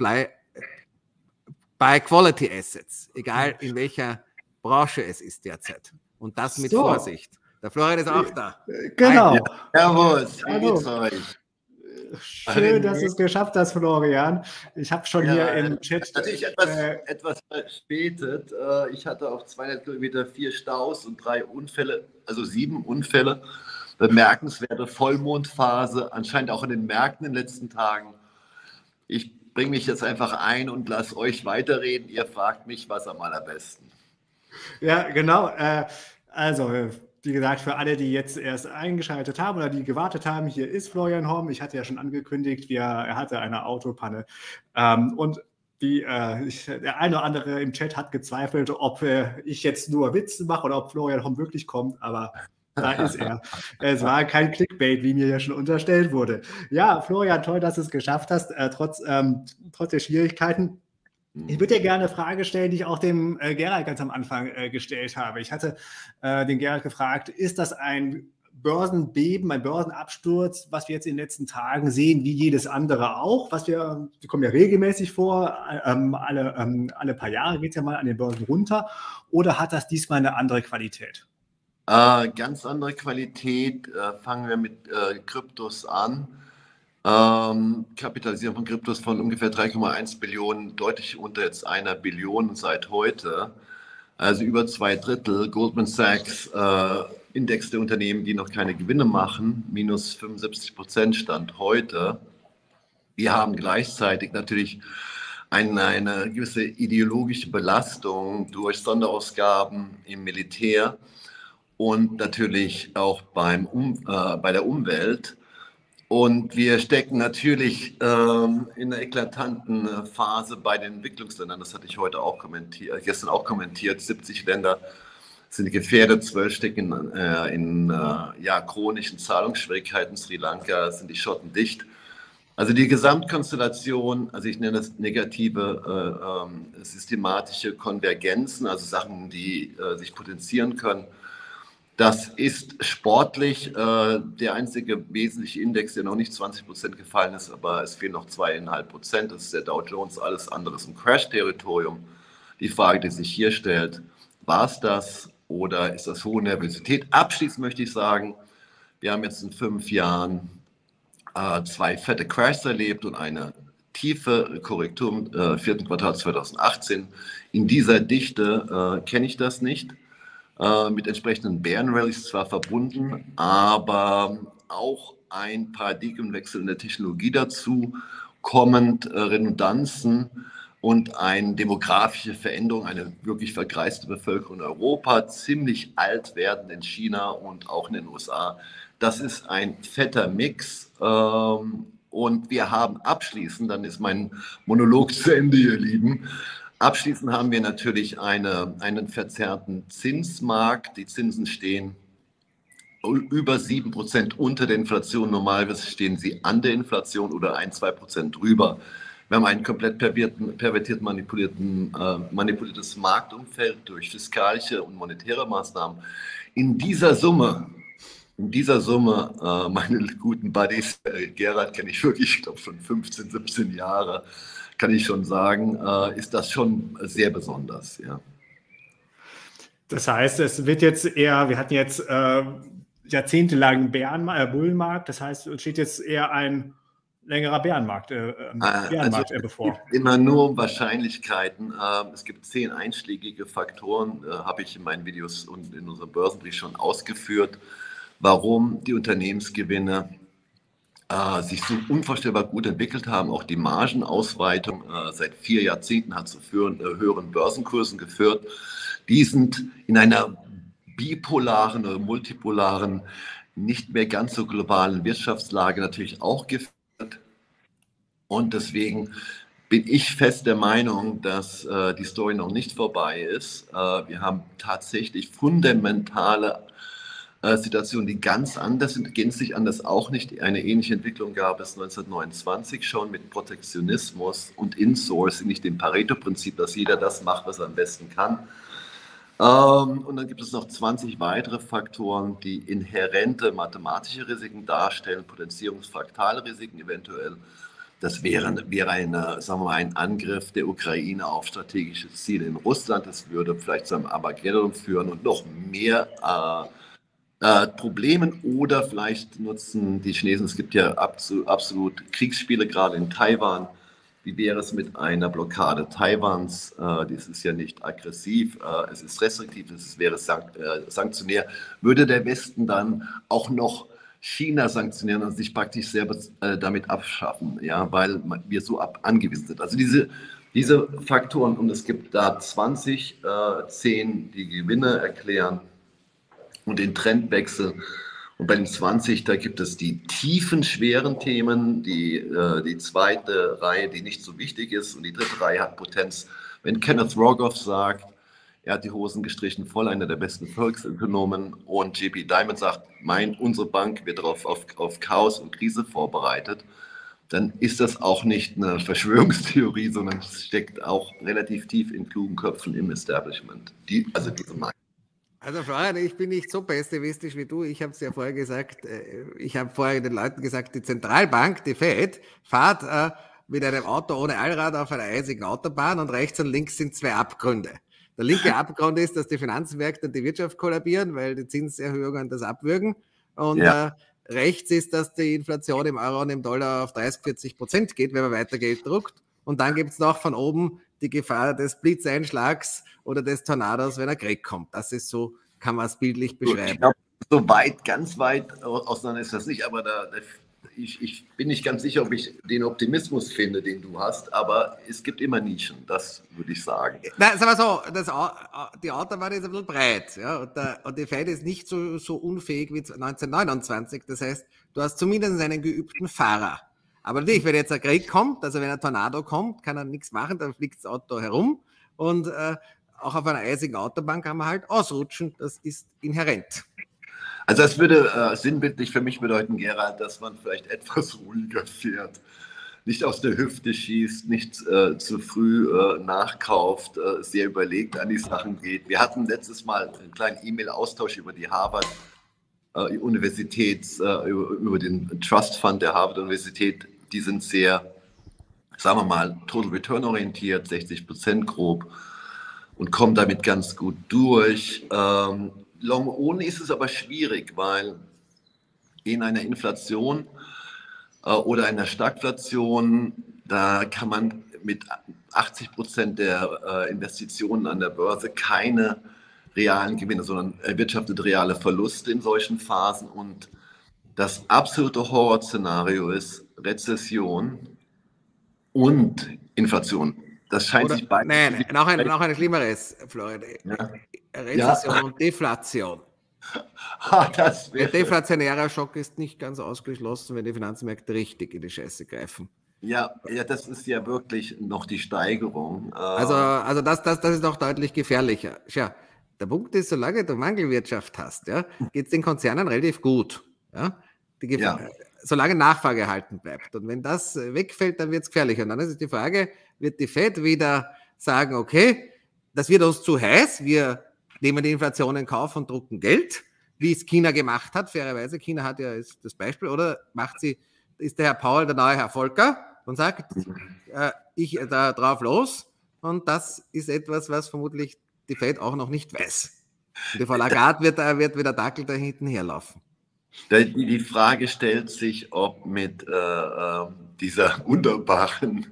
buy quality assets, egal in welcher Branche es ist derzeit. Und das mit Vorsicht. Der Florian ist auch da. Genau. Ja, servus, wie Hallo. geht's euch? Schön, dass du es geschafft hast, Florian. Ich habe schon hier im Chat. Natürlich etwas verspätet. Ich hatte auf 200 Kilometer 4 Staus und 3 Unfälle, also 7 Unfälle. Bemerkenswerte Vollmondphase, anscheinend auch in den Märkten in den letzten Tagen. Ich bringe mich jetzt einfach ein und lasse euch weiterreden. Ihr fragt mich, was am allerbesten. Ja, genau. Also, wie gesagt, für alle, die jetzt erst eingeschaltet haben oder die gewartet haben, hier ist Florian Horn. Ich hatte ja schon angekündigt, er hatte eine Autopanne. Und der eine oder andere im Chat hat gezweifelt, ob ich jetzt nur Witze mache oder ob Florian Horn wirklich kommt, aber da ist er. Es war kein Clickbait, wie mir ja schon unterstellt wurde. Ja, Florian, toll, dass du es geschafft hast, trotz der Schwierigkeiten. Ich würde dir gerne eine Frage stellen, die ich auch dem Gerald ganz am Anfang gestellt habe. Ich hatte den Gerald gefragt, ist das ein Börsenbeben, ein Börsenabsturz, was wir jetzt in den letzten Tagen sehen, wie jedes andere auch? Wir kommen ja regelmäßig vor, alle paar Jahre geht es ja mal an den Börsen runter. Oder hat das diesmal eine andere Qualität? Ganz andere Qualität. Fangen wir mit Kryptos an. Kapitalisierung von Kryptos von ungefähr 3,1 Billionen, deutlich unter jetzt 1 Billion seit heute. Also über 2/3. Goldman Sachs, Index der Unternehmen, die noch keine Gewinne machen, minus 75% Stand heute. Wir haben gleichzeitig natürlich eine gewisse ideologische Belastung durch Sonderausgaben im Militär und natürlich auch bei der Umwelt. Und wir stecken natürlich in einer eklatanten Phase bei den Entwicklungsländern. Das hatte ich gestern auch kommentiert. 70 Länder sind gefährdet, 12 stecken in chronischen Zahlungsschwierigkeiten. Sri Lanka sind die Schotten dicht. Also die Gesamtkonstellation, also ich nenne das negative systematische Konvergenzen, also Sachen, die sich potenzieren können. Das ist sportlich der einzige wesentliche Index, der noch nicht 20% gefallen ist, aber es fehlen noch 2,5%. Das ist der Dow Jones, alles andere ist im Crash-Territorium. Die Frage, die sich hier stellt, war es das oder ist das hohe Nervosität? Abschließend möchte ich sagen, wir haben jetzt in 5 Jahren 2 fette Crashs erlebt und eine tiefe Korrektur im 4. Quartal 2018. In dieser Dichte kenne ich das nicht. Mit entsprechenden Bärenrallies zwar verbunden, aber auch ein Paradigmenwechsel in der Technologie dazu, kommend Redundanzen und eine demografische Veränderung, eine wirklich vergreiste Bevölkerung in Europa, ziemlich alt werden in China und auch in den USA. Das ist ein fetter Mix. Und wir haben abschließend, dann ist mein Monolog zu Ende, ihr Lieben, abschließend haben wir natürlich einen verzerrten Zinsmarkt. Die Zinsen stehen über 7% unter der Inflation. Normalerweise stehen sie an der Inflation oder 1-2% drüber. Wir haben ein komplett manipuliertes Marktumfeld durch fiskalische und monetäre Maßnahmen. In dieser Summe, meine guten Buddies, Gerald kenne ich wirklich, ich glaube schon 15, 17 Jahre, kann ich schon sagen, ist das schon sehr besonders, ja. Das heißt, es wird jetzt eher, wir hatten jetzt jahrzehntelang Bullenmarkt, das heißt, es steht jetzt eher ein längerer Bärenmarkt bevor. Es gibt immer nur Wahrscheinlichkeiten. Es gibt 10 einschlägige Faktoren, habe ich in meinen Videos und in unserem Börsenbrief schon ausgeführt, warum die Unternehmensgewinne sich so unvorstellbar gut entwickelt haben. Auch die Margenausweitung seit 4 Jahrzehnten hat zu höheren Börsenkursen geführt. Die sind in einer bipolaren oder multipolaren, nicht mehr ganz so globalen Wirtschaftslage natürlich auch geführt. Und deswegen bin ich fest der Meinung, dass die Story noch nicht vorbei ist. Wir haben tatsächlich fundamentale Situationen, die ganz anders sind, gänzlich anders auch nicht. Eine ähnliche Entwicklung gab es 1929 schon mit Protektionismus und Insourcing, nicht dem Pareto-Prinzip, dass jeder das macht, was er am besten kann. Und dann gibt es noch 20 weitere Faktoren, die inhärente mathematische Risiken darstellen, potenzierungsfraktale Risiken eventuell. Das wäre ein Angriff der Ukraine auf strategische Ziele in Russland. Das würde vielleicht zu einem Armageddon führen und noch mehr Problemen oder vielleicht nutzen die Chinesen, es gibt ja absolut Kriegsspiele gerade in Taiwan. Wie wäre es mit einer Blockade Taiwans? Das ist ja nicht aggressiv, es ist restriktiv, es wäre sanktionär. Würde der Westen dann auch noch China sanktionieren und sich praktisch selber damit abschaffen, ja, weil wir so angewiesen sind. Also diese Faktoren, und es gibt da 20, 10, die Gewinne erklären und den Trendwechsel. Und bei den 20, da gibt es die tiefen, schweren Themen, die zweite Reihe, die nicht so wichtig ist, und die dritte Reihe hat Potenz. Wenn Kenneth Rogoff sagt, er hat die Hosen gestrichen voll, einer der besten Volksökonomen, und JP Diamond sagt, unsere Bank wird auf Chaos und Krise vorbereitet, dann ist das auch nicht eine Verschwörungstheorie, sondern es steckt auch relativ tief in klugen Köpfen im Establishment. Also diese Meinung. Also Florian, ich bin nicht so pessimistisch wie du. Ich habe es ja vorher gesagt, ich habe vorher den Leuten gesagt, die Zentralbank, die Fed, fährt mit einem Auto ohne Allrad auf einer eisigen Autobahn und rechts und links sind zwei Abgründe. Der linke Abgrund ist, dass die Finanzmärkte und die Wirtschaft kollabieren, weil die Zinserhöhungen das abwürgen. Und rechts ist, dass die Inflation im Euro und im Dollar auf 30-40% geht, wenn man weiter Geld druckt. Und dann gibt es noch von oben die Gefahr des Blitzeinschlags oder des Tornados, wenn ein Krieg kommt. Das ist so, kann man es bildlich beschreiben. Ich glaube, ganz weit auseinander ist das nicht, aber ich bin nicht ganz sicher, ob ich den Optimismus finde, den du hast, aber es gibt immer Nischen, das würde ich sagen. Na, sagen wir so, die Autobahn ist ein bisschen breit, ja, und die Fed ist nicht so unfähig wie 1929. Das heißt, du hast zumindest einen geübten Fahrer. Aber natürlich, wenn jetzt ein Krieg kommt, also wenn ein Tornado kommt, kann er nichts machen, dann fliegt das Auto herum, und auch auf einer eisigen Autobahn kann man halt ausrutschen, das ist inhärent. Also das würde sinnbildlich für mich bedeuten, Gerald, dass man vielleicht etwas ruhiger fährt, nicht aus der Hüfte schießt, nicht zu früh nachkauft, sehr überlegt an die Sachen geht. Wir hatten letztes Mal einen kleinen E-Mail-Austausch über die Harvard-Universität, über den Trust Fund der Harvard-Universität. Die sind sehr, sagen wir mal, Total Return orientiert, 60% grob, und kommen damit ganz gut durch. Long Only ist es aber schwierig, weil in einer Inflation oder einer Stagflation, da kann man mit 80% der Investitionen an der Börse keine realen Gewinne, sondern erwirtschaftet reale Verluste in solchen Phasen. Und das absolute Horrorszenario ist Rezession und Inflation. Das scheint sich beide... Nein, noch ein schlimmeres, Florian. Ja. Rezession und Deflation. Der deflationäre Schock ist nicht ganz ausgeschlossen, wenn die Finanzmärkte richtig in die Scheiße greifen. Ja, das ist ja wirklich noch die Steigerung. Also das ist noch deutlich gefährlicher. Schau, der Punkt ist, solange du Mangelwirtschaft hast, ja, geht es den Konzernen relativ gut. Ja? Solange Nachfrage erhalten bleibt. Und wenn das wegfällt, dann wird es gefährlicher. Und dann ist die Frage, wird die Fed wieder sagen, okay, das wird uns zu heiß, wir nehmen die Inflation in Kauf und drucken Geld, wie es China gemacht hat, fairerweise. China hat ja das Beispiel, oder ist der Herr Paul der neue Herr Volcker und sagt, ich da drauf los. Und das ist etwas, was vermutlich die Fed auch noch nicht weiß. Und die Frau Lagarde wird wieder Dackel da hinten herlaufen. Die Frage stellt sich, ob mit dieser wunderbaren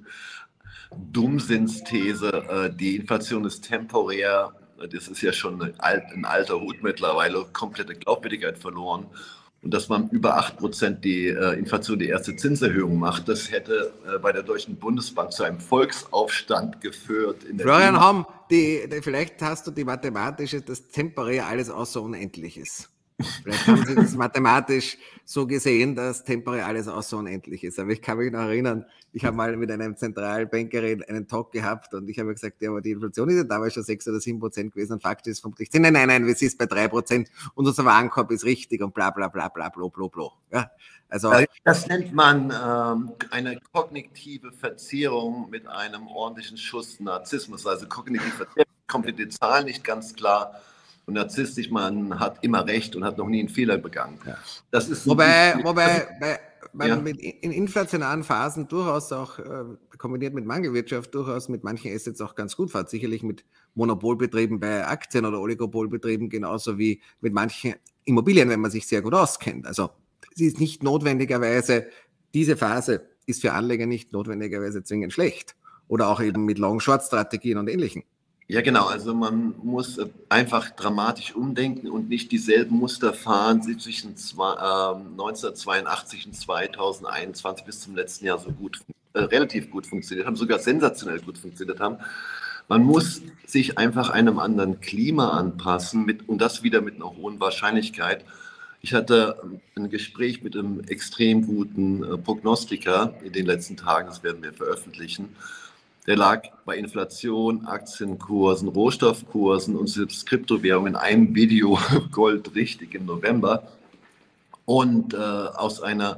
Dummsinnsthese, die Inflation ist temporär, das ist ja schon ein alter Hut mittlerweile, komplette Glaubwürdigkeit verloren. Und dass man über 8% die Inflation die erste Zinserhöhung macht, das hätte bei der Deutschen Bundesbank zu einem Volksaufstand geführt. Florian, vielleicht hast du die mathematische, dass temporär alles außer unendlich ist. Vielleicht haben Sie das mathematisch so gesehen, dass temporär alles außer unendlich ist. Aber ich kann mich noch erinnern, ich habe mal mit einem Zentralbankerin einen Talk gehabt und ich habe gesagt, ja, aber die Inflation ist ja damals schon 6 oder 7% gewesen und Fakt ist vermutlich, nein, es ist bei 3% und unser Warenkorb ist richtig und bla bla bla bla bla bla bla. Ja, also, das nennt man eine kognitive Verzerrung mit einem ordentlichen Schuss Narzissmus. Also kognitive Verzerrung, kommt die Zahl nicht ganz klar. Und narzisstisch, man hat immer recht und hat noch nie einen Fehler begangen. Ja. Das ist wobei man in inflationaren Phasen durchaus auch kombiniert mit Mangelwirtschaft durchaus mit manchen Assets auch ganz gut fährt. Sicherlich mit Monopolbetrieben bei Aktien oder Oligopolbetrieben genauso wie mit manchen Immobilien, wenn man sich sehr gut auskennt. Also es ist nicht notwendigerweise, diese Phase ist für Anleger nicht notwendigerweise zwingend schlecht. Oder auch eben mit Long-Short-Strategien und Ähnlichem. Ja, genau. Also man muss einfach dramatisch umdenken und nicht dieselben Muster fahren, die zwischen 1982 und 2021 bis zum letzten Jahr so gut, relativ gut funktioniert haben, sogar sensationell gut funktioniert haben. Man muss sich einfach einem anderen Klima anpassen und das wieder mit einer hohen Wahrscheinlichkeit. Ich hatte ein Gespräch mit einem extrem guten Prognostiker in den letzten Tagen, das werden wir veröffentlichen. Der lag bei Inflation, Aktienkursen, Rohstoffkursen und selbst Kryptowährungen in einem Video Gold richtig im November. Und aus einer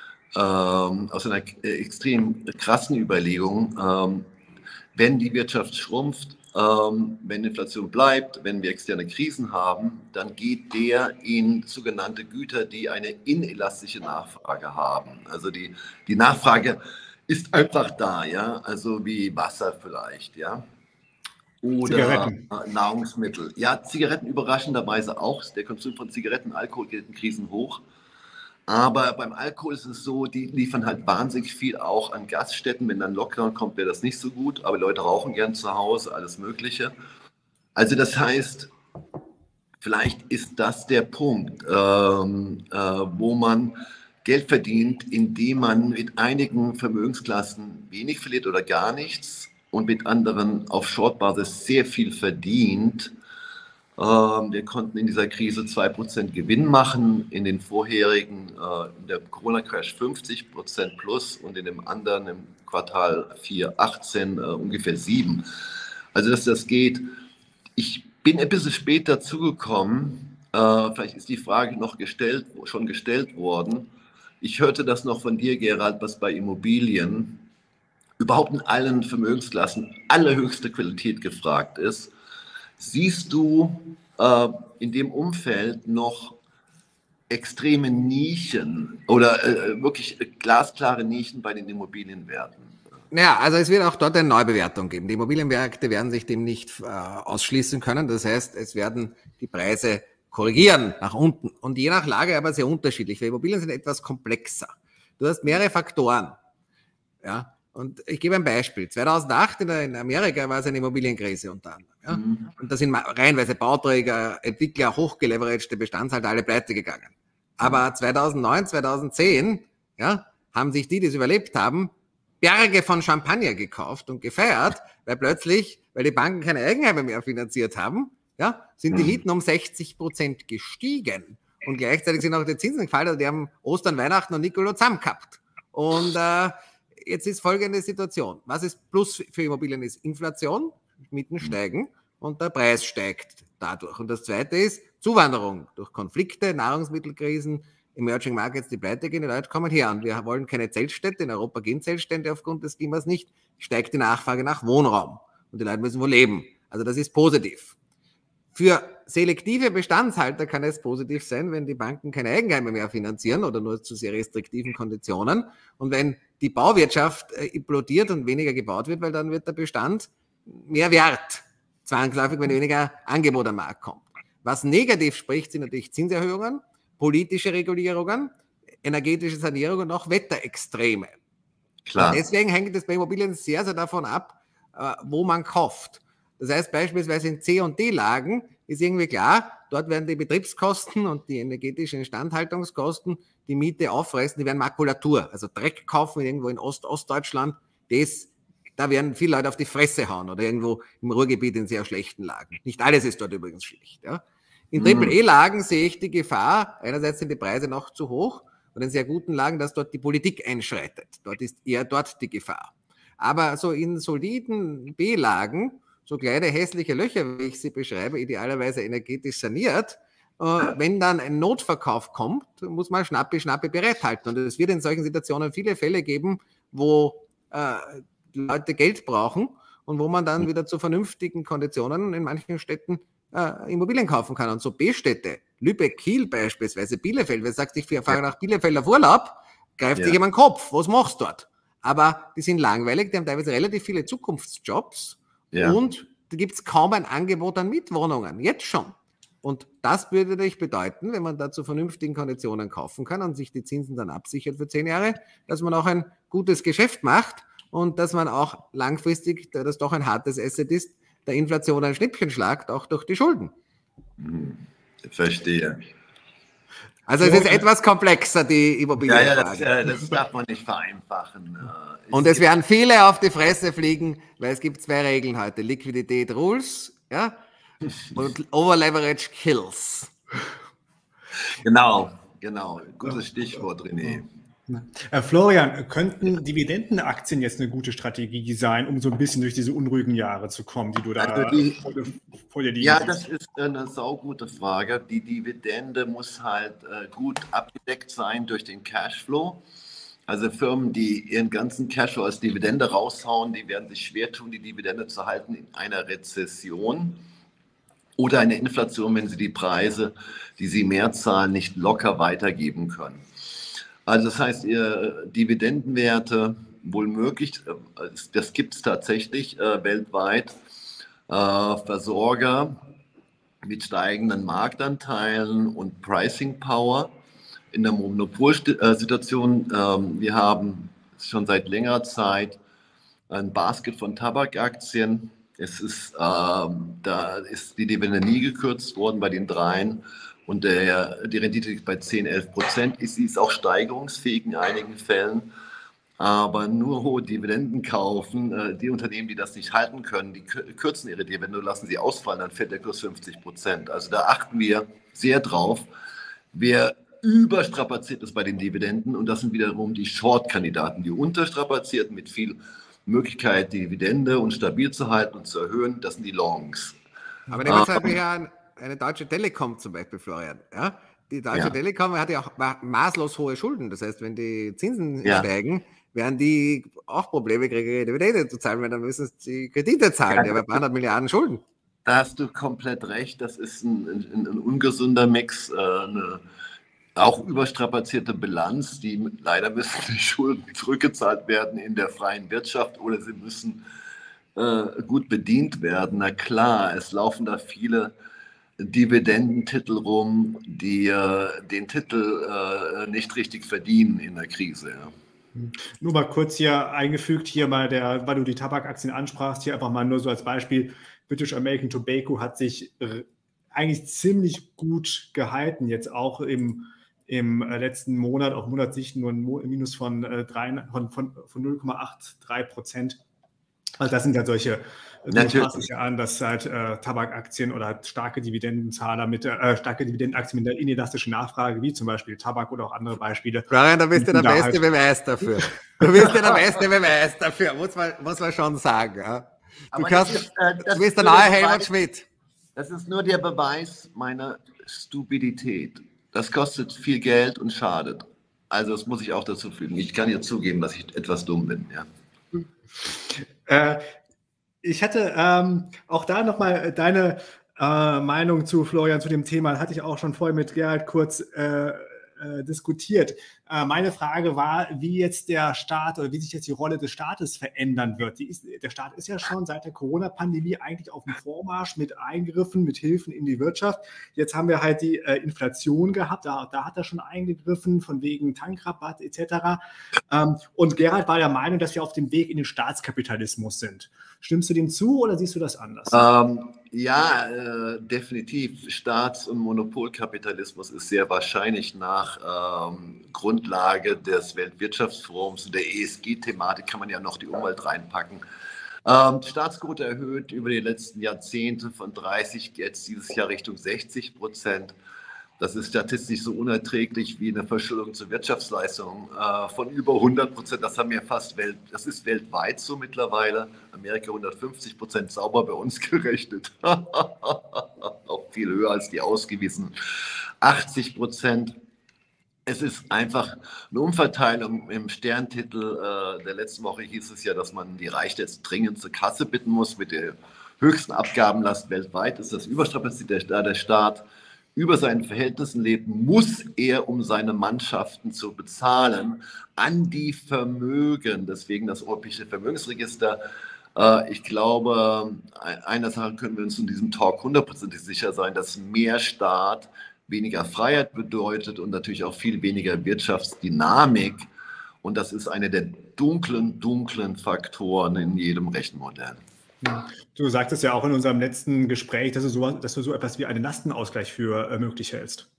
extrem krassen Überlegung, wenn die Wirtschaft schrumpft, wenn Inflation bleibt, wenn wir externe Krisen haben, dann geht der in sogenannte Güter, die eine inelastische Nachfrage haben. Also die Nachfrage ist einfach da, ja, also wie Wasser vielleicht, ja, oder Nahrungsmittel. Ja, Zigaretten überraschenderweise auch. Der Konsum von Zigaretten, Alkohol geht in Krisen hoch. Aber beim Alkohol ist es so, die liefern halt wahnsinnig viel auch an Gaststätten. Wenn dann Lockdown kommt, wäre das nicht so gut. Aber Leute rauchen gern zu Hause, alles Mögliche. Also das heißt, vielleicht ist das der Punkt, wo man Geld verdient, indem man mit einigen Vermögensklassen wenig verliert oder gar nichts und mit anderen auf Short-Basis sehr viel verdient. Wir konnten in dieser Krise 2% Gewinn machen, in den vorherigen, in der Corona-Crash 50% plus und in dem anderen im Quartal 4, 18 ungefähr 7. Also dass das geht. Ich bin ein bisschen spät dazugekommen, vielleicht ist die Frage noch schon gestellt worden. Ich hörte das noch von dir, Gerald, was bei Immobilien überhaupt in allen Vermögensklassen allerhöchste Qualität gefragt ist. Siehst du in dem Umfeld noch extreme Nischen oder wirklich glasklare Nischen bei den Immobilienwerten? Naja, also es wird auch dort eine Neubewertung geben. Die Immobilienmärkte werden sich dem nicht ausschließen können. Das heißt, es werden die Preise korrigieren nach unten und je nach Lage aber sehr unterschiedlich, weil Immobilien sind etwas komplexer. Du hast mehrere Faktoren. Ja, und ich gebe ein Beispiel. 2008 in Amerika war es eine Immobilienkrise unter anderem. Ja? Und da sind reihenweise Bauträger, Entwickler, hochgeleveragte Bestandshalter alle pleite gegangen. Aber 2009, 2010 ja, haben sich die es überlebt haben, Berge von Champagner gekauft und gefeiert, weil die Banken keine Eigenheime mehr finanziert haben, ja, sind die Mieten um 60% gestiegen. Und gleichzeitig sind auch die Zinsen gefallen, also die haben Ostern, Weihnachten und Nikolaus zusammen gehabt. Und jetzt ist folgende Situation. Was ist Plus für Immobilien ist Inflation, Mieten steigen und der Preis steigt dadurch. Und das Zweite ist Zuwanderung durch Konflikte, Nahrungsmittelkrisen, Emerging Markets, die pleite gehen, die Leute kommen her. Und wir wollen keine Zeltstädte, in Europa gehen Zeltstädte aufgrund des Klimas nicht, steigt die Nachfrage nach Wohnraum. Und die Leute müssen wo leben. Also das ist positiv. Für selektive Bestandshalter kann es positiv sein, wenn die Banken keine Eigenheime mehr finanzieren oder nur zu sehr restriktiven Konditionen. Und wenn die Bauwirtschaft implodiert und weniger gebaut wird, weil dann wird der Bestand mehr wert. Zwangsläufig, wenn weniger Angebot am Markt kommt. Was negativ spricht, sind natürlich Zinserhöhungen, politische Regulierungen, energetische Sanierung und auch Wetterextreme. Klar. Und deswegen hängt es bei Immobilien sehr, sehr davon ab, wo man kauft. Das heißt beispielsweise in C- und D-Lagen ist irgendwie klar, dort werden die Betriebskosten und die energetischen Instandhaltungskosten die Miete auffressen, die werden Makulatur, also Dreck kaufen irgendwo in Ostdeutschland, da werden viele Leute auf die Fresse hauen oder irgendwo im Ruhrgebiet in sehr schlechten Lagen. Nicht alles ist dort übrigens schlecht. Ja. In Triple-E-Lagen sehe ich die Gefahr, einerseits sind die Preise noch zu hoch und in sehr guten Lagen, dass dort die Politik einschreitet. Dort ist eher dort die Gefahr. Aber so in soliden B-Lagen, so kleine hässliche Löcher, wie ich sie beschreibe, idealerweise energetisch saniert, wenn dann ein Notverkauf kommt, muss man Schnappi bereithalten. Und es wird in solchen Situationen viele Fälle geben, wo die Leute Geld brauchen und wo man dann wieder zu vernünftigen Konditionen in manchen Städten Immobilien kaufen kann. Und so B-Städte, Lübeck, Kiel beispielsweise, Bielefeld, wenn du sagst, ich fahre nach Bielefeld auf Urlaub, greift sich jemand den Kopf, was machst du dort? Aber die sind langweilig, die haben teilweise relativ viele Zukunftsjobs und da gibt es kaum ein Angebot an Mietwohnungen, jetzt schon. Und das würde natürlich bedeuten, wenn man da zu vernünftigen Konditionen kaufen kann und sich die Zinsen dann absichert für 10 Jahre, dass man auch ein gutes Geschäft macht und dass man auch langfristig, da das doch ein hartes Asset ist, der Inflation ein Schnippchen schlagt, auch durch die Schulden. Verstehe. Also es ist etwas komplexer, die Immobilienfrage. Ja, das darf man nicht vereinfachen. Und es werden viele auf die Fresse fliegen, weil es gibt 2 Regeln heute. Liquidität Rules, ja, und Overleverage Kills. Genau. Gutes Stichwort, René. Florian, könnten Dividendenaktien jetzt eine gute Strategie sein, um so ein bisschen durch diese unruhigen Jahre zu kommen, die du da vor dir liegen Ja, siehst? das ist eine saugute Frage. Die Dividende muss halt gut abgedeckt sein durch den Cashflow. Also Firmen, die ihren ganzen Cashflow als Dividende raushauen, die werden sich schwer tun, die Dividende zu halten in einer Rezession oder einer Inflation, wenn sie die Preise, die sie mehr zahlen, nicht locker weitergeben können. Also das heißt, ihr Dividendenwerte, wohl möglich, das gibt es tatsächlich weltweit, Versorger mit steigenden Marktanteilen und Pricing Power in der Monopolsituation. Wir haben schon seit längerer Zeit ein Basket von Tabakaktien. Da ist die Dividende nie gekürzt worden bei den dreien. Und die Rendite liegt bei 10-11%. Sie ist auch steigerungsfähig in einigen Fällen. Aber nur hohe Dividenden kaufen, die Unternehmen, die das nicht halten können, die kürzen ihre Dividende, lassen sie ausfallen, dann fällt der Kurs 50%. Also da achten wir sehr drauf. Wer überstrapaziert ist bei den Dividenden, und das sind wiederum die Short-Kandidaten, die unterstrapazierten mit viel Möglichkeit, die Dividende und stabil zu halten und zu erhöhen, das sind die Longs. Aber nehmen wir jetzt halt eine Deutsche Telekom zum Beispiel, Florian. Ja? Die Deutsche Telekom hat ja auch maßlos hohe Schulden. Das heißt, wenn die Zinsen steigen, werden die auch Probleme kriegen, ihre Dividende zu zahlen, weil dann müssen sie die Kredite zahlen. Die haben 100 Milliarden Schulden. Da hast du komplett recht. Das ist ein ungesunder Mix, eine auch überstrapazierte Bilanz. Leider müssen die Schulden zurückgezahlt werden in der freien Wirtschaft oder sie müssen gut bedient werden. Na klar, es laufen da viele Dividendentitel rum, die den Titel nicht richtig verdienen in der Krise. Ja. Nur mal kurz hier eingefügt, weil du die Tabakaktien ansprachst, hier einfach mal nur so als Beispiel. British American Tobacco hat sich eigentlich ziemlich gut gehalten, jetzt auch im letzten Monat, auf Monatssicht nur ein Minus von 0,83%. Also das sind ja solche, du passt es ja an, dass halt Tabakaktien oder starke Dividendenzahler starke Dividendenaktien mit der inelastischen Nachfrage, wie zum Beispiel Tabak oder auch andere Beispiele. Florian, da bist du der beste Beweis dafür. Du bist ja der beste Beweis dafür, muss man schon sagen. Ja. Du bist der neue Helmut Schmidt. Das ist nur der Beweis meiner Stupidität. Das kostet viel Geld und schadet. Also das muss ich auch dazu fügen. Ich kann ja zugeben, dass ich etwas dumm bin. Ja. Ich hatte auch da nochmal deine Meinung zu, Florian, zu dem Thema, hatte ich auch schon vorher mit Gerhard kurz diskutiert. Meine Frage war, wie jetzt der Staat oder wie sich jetzt die Rolle des Staates verändern wird. Der Staat ist ja schon seit der Corona-Pandemie eigentlich auf dem Vormarsch mit Eingriffen, mit Hilfen in die Wirtschaft. Jetzt haben wir halt die Inflation gehabt, da hat er schon eingegriffen, von wegen Tankrabatt etc. Und Gerhard war der Meinung, dass wir auf dem Weg in den Staatskapitalismus sind. Stimmst du dem zu oder siehst du das anders? Definitiv. Staats- und Monopolkapitalismus ist sehr wahrscheinlich nach Grundlage des Weltwirtschaftsforums und der ESG-Thematik kann man ja noch die Umwelt reinpacken. Die Staatsquote erhöht über die letzten Jahrzehnte von 30 jetzt dieses Jahr Richtung 60%. Das ist statistisch so unerträglich wie eine Verschuldung zur Wirtschaftsleistung von über 100%. Das ist weltweit so mittlerweile. Amerika 150%, sauber bei uns gerechnet. Auch viel höher als die ausgewiesenen 80%. Es ist einfach eine Umverteilung. Im Sterntitel der letzten Woche hieß es ja, dass man die Reichen jetzt dringend zur Kasse bitten muss. Mit der höchsten Abgabenlast weltweit ist das überstrapaziert, da der Staat über seinen Verhältnissen lebt, muss er, um seine Mannschaften zu bezahlen, an die Vermögen, deswegen das Europäische Vermögensregister, Ich glaube, einer Sache können wir uns in diesem Talk hundertprozentig sicher sein, dass mehr Staat weniger Freiheit bedeutet und natürlich auch viel weniger Wirtschaftsdynamik. Und das ist einer der dunklen Faktoren in jedem Rechenmodell. Du sagtest ja auch in unserem letzten Gespräch, dass du so etwas wie einen Lastenausgleich für möglich hältst.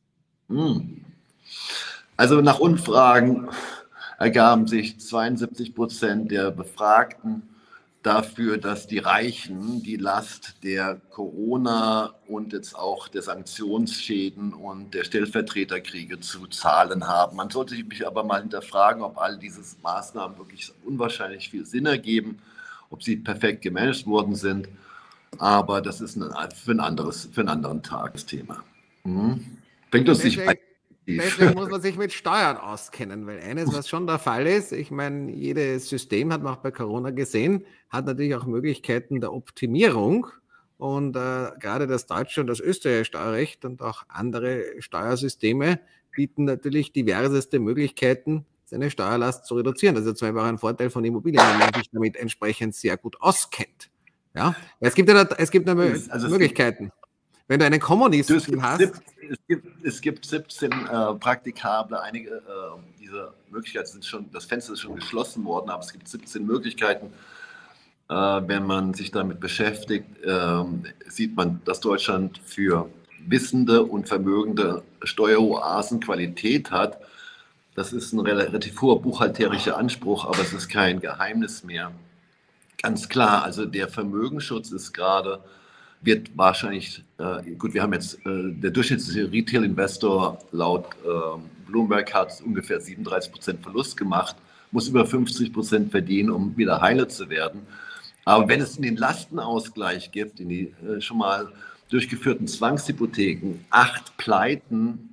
Also nach Umfragen ergaben sich 72% der Befragten dafür, dass die Reichen die Last der Corona und jetzt auch der Sanktionsschäden und der Stellvertreterkriege zu zahlen haben. Man sollte sich aber mal hinterfragen, ob all diese Maßnahmen wirklich unwahrscheinlich viel Sinn ergeben, ob sie perfekt gemanagt worden sind. Aber das ist für einen anderen Tag das Thema. Bringt uns nicht weiter. Deswegen muss man sich mit Steuern auskennen, weil eines, was schon der Fall ist, ich meine, jedes System, hat man auch bei Corona gesehen, hat natürlich auch Möglichkeiten der Optimierung und gerade das deutsche und das österreichische Steuerrecht und auch andere Steuersysteme bieten natürlich diverseste Möglichkeiten, seine Steuerlast zu reduzieren. Das ist ja zum Beispiel auch ein Vorteil von Immobilien, wenn man sich damit entsprechend sehr gut auskennt. Ja? Es gibt Möglichkeiten. Wenn du einen Kommunisten hast. Es gibt 17 praktikable, einige dieser Möglichkeiten das Fenster ist schon geschlossen worden, aber es gibt 17 Möglichkeiten. Wenn man sich damit beschäftigt, sieht man, dass Deutschland für wissende und vermögende Steueroasen Qualität hat. Das ist ein relativ hoher buchhalterischer Anspruch, aber es ist kein Geheimnis mehr. Ganz klar, also der Vermögensschutz wird wahrscheinlich, gut, wir haben jetzt, der durchschnittliche Retail-Investor laut Bloomberg hat ungefähr 37% Verlust gemacht, muss über 50% verdienen, um wieder heile zu werden. Aber wenn es in den Lastenausgleich gibt, in die schon mal durchgeführten Zwangshypotheken, 8 Pleiten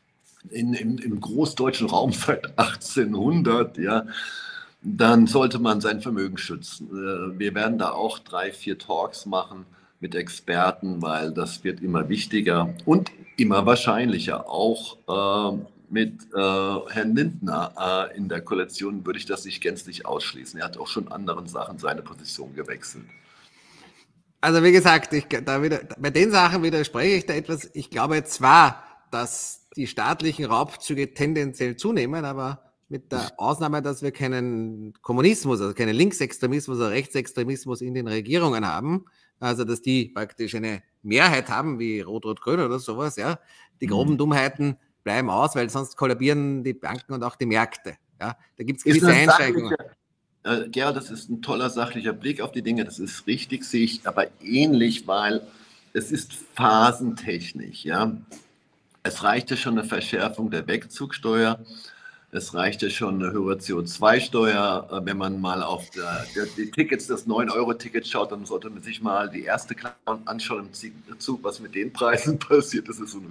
im großdeutschen Raum seit 1800, ja, dann sollte man sein Vermögen schützen. Wir werden da auch 3, 4 Talks machen mit Experten, weil das wird immer wichtiger und immer wahrscheinlicher. Auch mit Herrn Lindner in der Koalition würde ich das nicht gänzlich ausschließen. Er hat auch schon anderen Sachen seine Position gewechselt. Also wie gesagt, bei den Sachen widerspreche ich da etwas. Ich glaube zwar, dass die staatlichen Raubzüge tendenziell zunehmen, aber mit der Ausnahme, dass wir keinen Kommunismus, also keinen Linksextremismus oder Rechtsextremismus in den Regierungen haben, also dass die praktisch eine Mehrheit haben, wie Rot-Rot-Grün oder sowas, ja. Die groben Dummheiten bleiben aus, weil sonst kollabieren die Banken und auch die Märkte. Ja. Da gibt es gewisse Einschränkungen. Gerald, das ist ein toller sachlicher Blick auf die Dinge, das ist richtig, sehe ich aber ähnlich, weil es ist phasentechnisch. Ja. Es reichte schon eine Verschärfung der Wegzugsteuer. Es reichte schon eine höhere CO2-Steuer. Wenn man mal auf die Tickets, das 9-Euro-Ticket schaut, dann sollte man sich mal die erste Klasse anschauen im Zug, was mit den Preisen passiert. Das ist so eine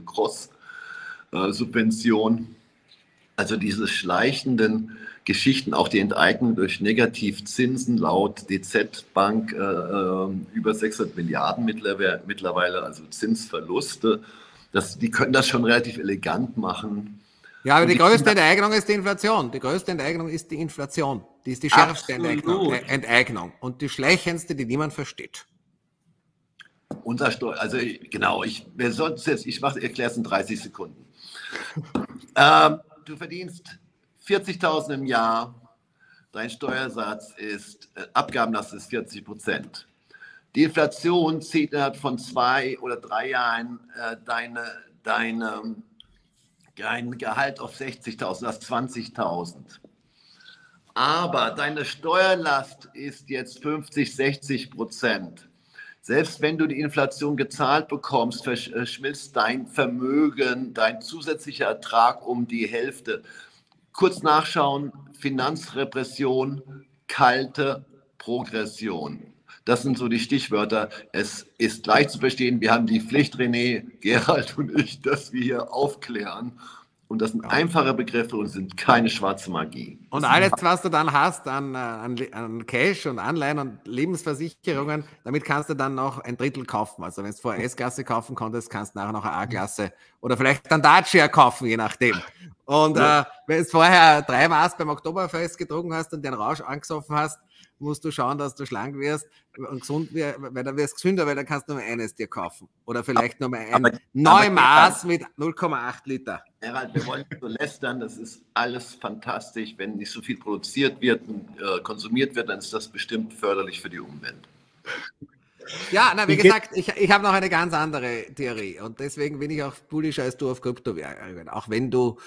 Cross-Subvention. Also diese schleichenden Geschichten, auch die Enteignung durch Negativzinsen laut DZ Bank über 600 Milliarden mittlerweile, also Zinsverluste. Die können das schon relativ elegant machen. Ja, aber die größte Enteignung ist die Inflation. Die größte Enteignung ist die Inflation. Die ist die schärfste Enteignung. Und die schlechendste, die niemand versteht. Unser Steuer, also genau, ich erkläre es in 30 Sekunden. Du verdienst 40.000 im Jahr, dein Steuersatz ist, Abgabenlast ist 40%. Die Inflation zieht innerhalb von 2 oder 3 Jahren dein Gehalt auf 60.000, das ist 20.000. Aber deine Steuerlast ist jetzt 50-60%. Selbst wenn du die Inflation gezahlt bekommst, verschmilzt dein Vermögen, dein zusätzlicher Ertrag um die Hälfte. Kurz nachschauen, Finanzrepression, kalte Progression. Das sind so die Stichwörter. Es ist leicht zu verstehen, wir haben die Pflicht, René, Gerald und ich, dass wir hier aufklären. Und das sind einfache Begriffe und sind keine schwarze Magie. Und alles, was du dann hast an Cash und Anleihen und Lebensversicherungen, damit kannst du dann noch ein Drittel kaufen. Also wenn du vorher S-Klasse kaufen konntest, kannst du nachher noch eine A-Klasse oder vielleicht ein Dacia kaufen, je nachdem. Und wenn du vorher 3 Maß beim Oktoberfest getrunken hast und den Rausch angesoffen hast, musst du schauen, dass du schlank wirst und gesund wirst, weil dann wirst du gesünder, weil dann kannst du nur eines dir kaufen. Oder vielleicht nur mal ein Neumaß mit 0,8 Liter. Gerald, wir wollen nicht so lästern, das ist alles fantastisch. Wenn nicht so viel produziert wird und konsumiert wird, dann ist das bestimmt förderlich für die Umwelt. Ja, na, wie gesagt, ich habe noch eine ganz andere Theorie und deswegen bin ich auch bullischer als du auf Kryptowährungen. Auch wenn du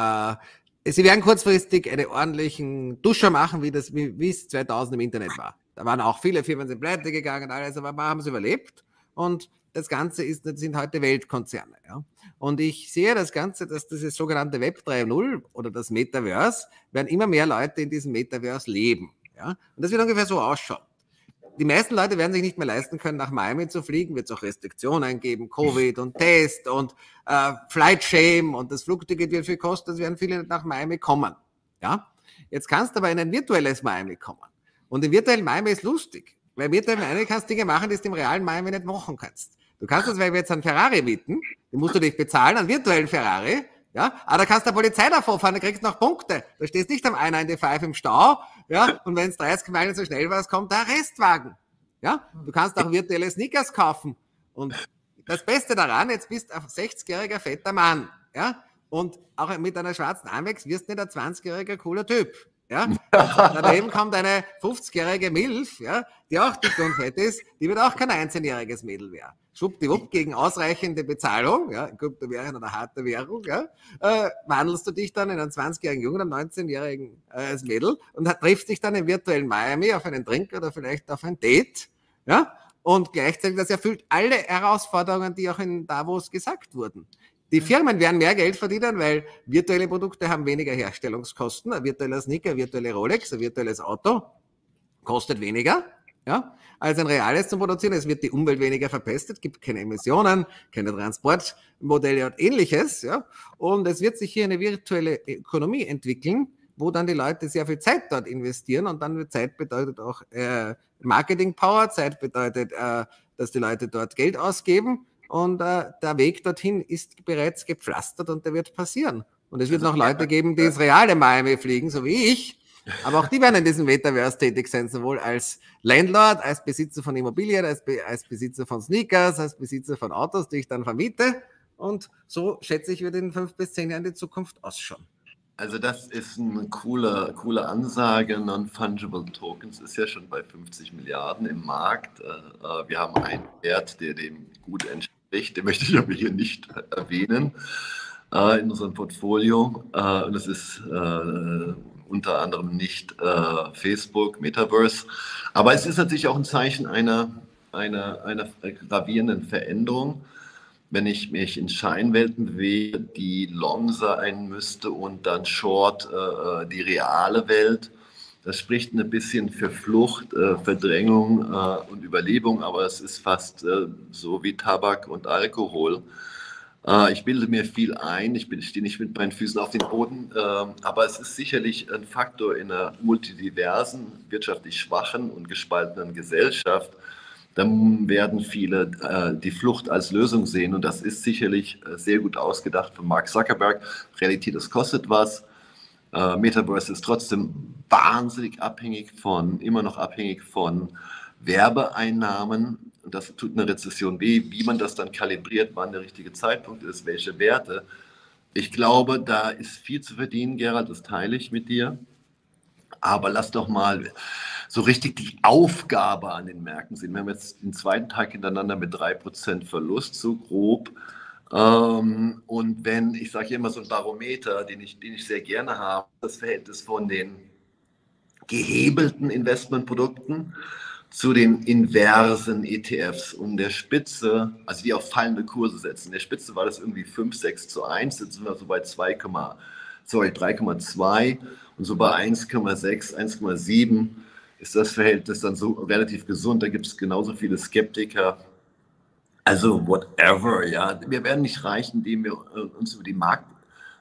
sie werden kurzfristig einen ordentlichen Duscher machen, wie es 2000 im Internet war. Da waren auch viele Firmen sind pleite gegangen, alles, aber wir haben es überlebt. Und das Ganze sind heute Weltkonzerne. Ja? Und ich sehe das Ganze, dass dieses sogenannte Web 3.0 oder das Metaverse, werden immer mehr Leute in diesem Metaverse leben. Ja? Und das wird ungefähr so ausschauen. Die meisten Leute werden sich nicht mehr leisten können, nach Miami zu fliegen, wird es auch Restriktionen geben, Covid und Test und Flight Shame und das Flugticket wird viel kosten, das werden viele nach Miami kommen. Ja? Jetzt kannst du aber in ein virtuelles Miami kommen. Und im virtuellen Miami ist lustig, weil im virtuellen Miami kannst du Dinge machen, die du im realen Miami nicht machen kannst. Du kannst das, weil wir jetzt einen Ferrari mieten, den musst du dich bezahlen, einen virtuellen Ferrari, ja, aber da kannst du der Polizei davor fahren, da kriegst du noch Punkte. Da stehst nicht am 195 im Stau, ja, und wenn es 30 Meilen so schnell war, kommt der Arrestwagen. Ja, du kannst auch virtuelle Sneakers kaufen. Und das Beste daran, jetzt bist du ein 60-jähriger fetter Mann, ja, und auch mit einer schwarzen Amex wirst du nicht ein 20-jähriger cooler Typ. Ja, daneben kommt eine 50-jährige Milf, ja, die auch dick und fett ist, die wird auch kein 19-jähriges Mädel werden. Schwuppdiwupp, gegen ausreichende Bezahlung, ja, in Kryptowährung oder harte Währung, ja, wandelst du dich dann in einen 20-jährigen Jungen, einen 19-jährigen als Mädel und triffst dich dann im virtuellen Miami auf einen Drink oder vielleicht auf ein Date, ja, und gleichzeitig, das erfüllt alle Herausforderungen, die auch in Davos gesagt wurden. Die Firmen werden mehr Geld verdienen, weil virtuelle Produkte haben weniger Herstellungskosten. Ein virtueller Sneaker, eine virtuelle Rolex, ein virtuelles Auto kostet weniger, ja, als ein reales zu produzieren. Es wird die Umwelt weniger verpestet, gibt keine Emissionen, keine Transportmodelle und ähnliches. Ja. Und es wird sich hier eine virtuelle Ökonomie entwickeln, wo dann die Leute sehr viel Zeit dort investieren. Und dann wird Zeit bedeutet auch Marketing-Power, Zeit bedeutet, dass die Leute dort Geld ausgeben. Und der Weg dorthin ist bereits gepflastert und der wird passieren. Und es wird noch Leute geben, die ins reale Miami fliegen, so wie ich. Aber auch die werden in diesem Metaverse tätig sein, sowohl als Landlord, als Besitzer von Immobilien, als Besitzer von Sneakers, als Besitzer von Autos, die ich dann vermiete. Und so schätze ich, wird in 5 bis 10 Jahren die Zukunft ausschauen. Also das ist eine coole Ansage. Non-Fungible Tokens ist ja schon bei 50 Milliarden im Markt. Wir haben einen Wert, der dem gut entspricht. Den möchte ich aber hier nicht erwähnen in unserem Portfolio. Und das ist unter anderem nicht Facebook, Metaverse. Aber es ist natürlich auch ein Zeichen einer gravierenden Veränderung. Wenn ich mich in Scheinwelten bewege, die Long sein müsste und dann Short die reale Welt. Das spricht ein bisschen für Flucht, Verdrängung und Überlebung, aber es ist fast so wie Tabak und Alkohol. Ich bilde mir viel ein, ich stehe nicht mit meinen Füßen auf dem Boden, aber es ist sicherlich ein Faktor in einer multidiversen, wirtschaftlich schwachen und gespaltenen Gesellschaft. Dann werden viele die Flucht als Lösung sehen und das ist sicherlich sehr gut ausgedacht von Mark Zuckerberg. Realität, das kostet was. Metaverse ist trotzdem wahnsinnig immer noch abhängig von Werbeeinnahmen. Und das tut eine Rezession weh, wie man das dann kalibriert, wann der richtige Zeitpunkt ist, welche Werte. Ich glaube, da ist viel zu verdienen, Gerald, das teile ich mit dir. Aber lass doch mal so richtig die Aufgabe an den Märkten sehen. Wir haben jetzt den zweiten Tag hintereinander mit 3% Verlust, so grob. Und wenn, ich sage hier immer so ein Barometer, den ich sehr gerne habe, das Verhältnis von den gehebelten Investmentprodukten zu den inversen ETFs. Und der Spitze, also die auf fallende Kurse setzen, der Spitze war das irgendwie 5:6:1, jetzt sind wir so bei 3,2 und so bei 1,6, 1,7 ist das Verhältnis dann so relativ gesund. Da gibt es genauso viele Skeptiker. Also whatever, ja. Wir werden nicht reich, indem wir uns über die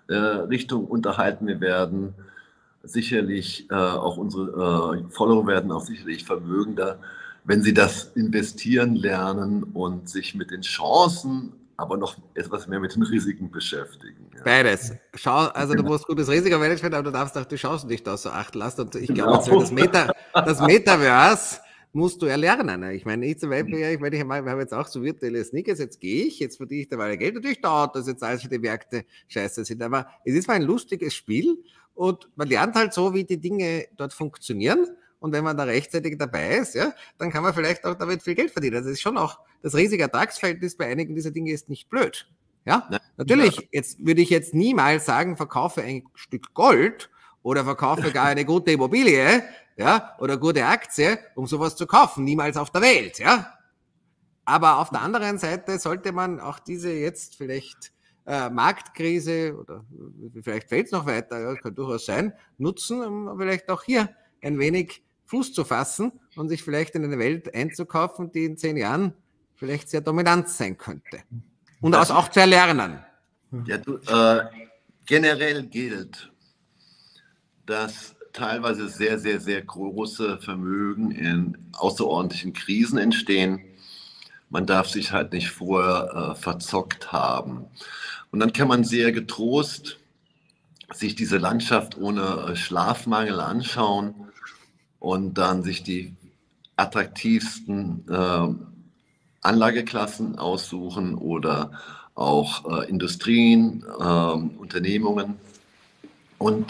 Richtung unterhalten. Wir werden sicherlich, auch unsere Follower werden auch sicherlich vermögender, wenn sie das investieren lernen und sich mit den Chancen, aber noch etwas mehr mit den Risiken beschäftigen. Ja. Beides. Schau, also du musst gutes Risikomanagement, aber du darfst auch die Chancen nicht außer Acht lassen. Und ich glaube, Genau. das Metaverse musst du erlernen. Ich meine, ich zum Beispiel, wir haben jetzt auch so virtuelle Sneakers, jetzt gehe ich, jetzt verdiene ich dabei Geld. Natürlich dauert das jetzt alles für die Märkte scheiße sind, aber es ist mal ein lustiges Spiel und man lernt halt so, wie die Dinge dort funktionieren. Und wenn man da rechtzeitig dabei ist, ja, dann kann man vielleicht auch damit viel Geld verdienen. Also es ist schon auch, das Risiko-Ertragsverhältnis bei einigen dieser Dinge ist nicht blöd. Ja, natürlich, jetzt würde ich jetzt niemals sagen, verkaufe ein Stück Gold oder verkaufe gar eine gute Immobilie, ja, oder gute Aktie, um sowas zu kaufen. Niemals auf der Welt, ja. Aber auf der anderen Seite sollte man auch diese jetzt vielleicht Marktkrise oder vielleicht fällt es noch weiter, ja, kann durchaus sein, nutzen, um vielleicht auch hier ein wenig Fuß zu fassen und sich vielleicht in eine Welt einzukaufen, die in 10 Jahren vielleicht sehr dominant sein könnte. Und das auch zu erlernen. Ja, generell gilt, dass teilweise sehr, sehr, sehr große Vermögen in außerordentlichen Krisen entstehen. Man darf sich halt nicht vorher verzockt haben. Und dann kann man sehr getrost sich diese Landschaft ohne Schlafmangel anschauen und dann sich die attraktivsten Anlageklassen aussuchen oder auch Industrien, Unternehmungen. Und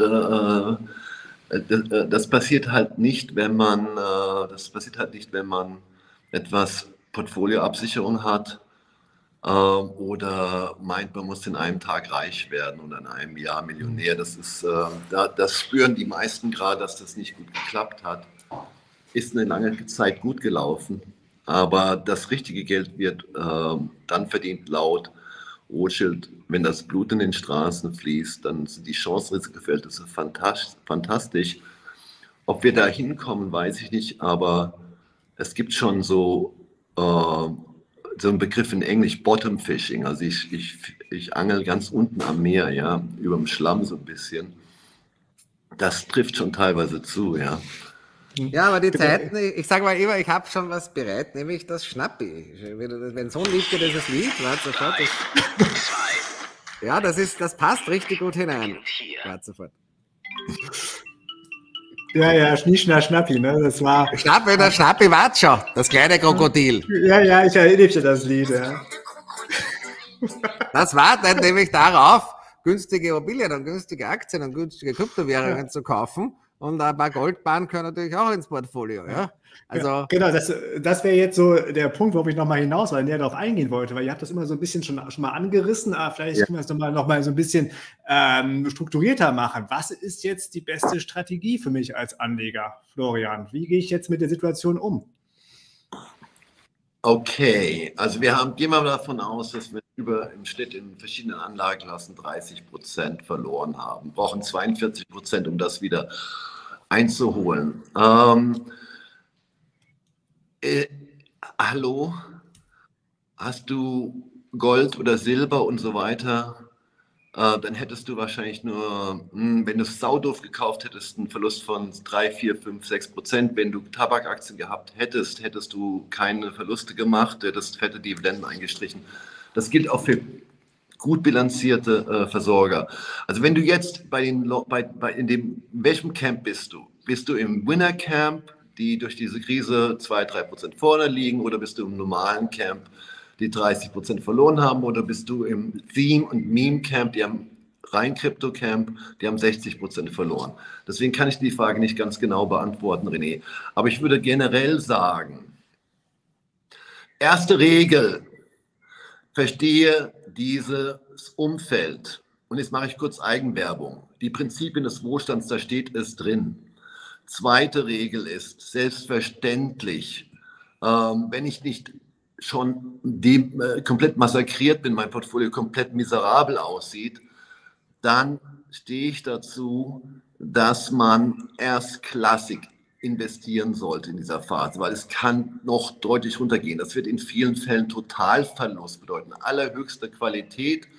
das passiert halt nicht, wenn man etwas Portfolioabsicherung hat oder meint, man muss in einem Tag reich werden oder in einem Jahr Millionär. Das ist, das spüren die meisten gerade, dass das nicht gut geklappt hat. Ist eine lange Zeit gut gelaufen, aber das richtige Geld wird dann verdient laut Rothschild. Wenn das Blut in den Straßen fließt, dann sind die Chance-Risiko-Verhältnisse fantastisch. Ob wir da hinkommen, weiß ich nicht, aber es gibt schon so einen Begriff in Englisch, Bottom Fishing. Also ich angel ganz unten am Meer, ja, über dem Schlamm so ein bisschen. Das trifft schon teilweise zu, ja. Ja, aber die Zeiten, ich sage mal immer, ich habe schon was bereit, nämlich das Schnappi. Wenn so ein Lied geht, das Lied, warte sofort. Ja, das passt richtig gut hinein. Warte sofort. Ja, Schnappi, ne? Das war. Schnappi Watscher, das kleine Krokodil. Ja, ich erinnere mich an das Lied, ja. Das war dann nämlich darauf, günstige Immobilien und günstige Aktien und günstige Kryptowährungen zu kaufen. Und ein paar Goldbarren können natürlich auch ins Portfolio, ja. Also ja, genau, das wäre jetzt so der Punkt, worauf ich nochmal hinaus war, näher darauf eingehen wollte, weil ihr habt das immer so ein bisschen schon mal angerissen, aber vielleicht können wir es noch mal so ein bisschen strukturierter machen. Was ist jetzt die beste Strategie für mich als Anleger, Florian? Wie gehe ich jetzt mit der Situation um? Okay, also gehen wir davon aus, dass wir im Schnitt in verschiedenen Anlageklassen 30% verloren haben. Wir brauchen 42%, um das wieder einzuholen. Hallo, hast du Gold oder Silber und so weiter? Dann hättest du wahrscheinlich nur, wenn du es saudoof gekauft hättest, einen Verlust von 3, 4, 5, 6%. Wenn du Tabakaktien gehabt hättest du keine Verluste gemacht, hättest fette Dividenden eingestrichen. Das gilt auch für gut bilanzierte Versorger. Also wenn du jetzt in welchem Camp bist du? Bist du im Winner Camp, die durch diese Krise 2, 3% vorne liegen, oder bist du im normalen Camp, die 30% verloren haben, oder bist du im Theme- und Meme-Camp, die haben rein Krypto-Camp, die haben 60% verloren. Deswegen kann ich die Frage nicht ganz genau beantworten, René. Aber ich würde generell sagen, erste Regel, verstehe dieses Umfeld. Und jetzt mache ich kurz Eigenwerbung. Die Prinzipien des Wohlstands, da steht es drin. Zweite Regel ist, selbstverständlich, wenn ich nicht schon komplett massakriert bin, mein Portfolio komplett miserabel aussieht, dann stehe ich dazu, dass man erstklassig investieren sollte in dieser Phase, weil es kann noch deutlich runtergehen. Das wird in vielen Fällen Totalverlust bedeuten, allerhöchste Qualität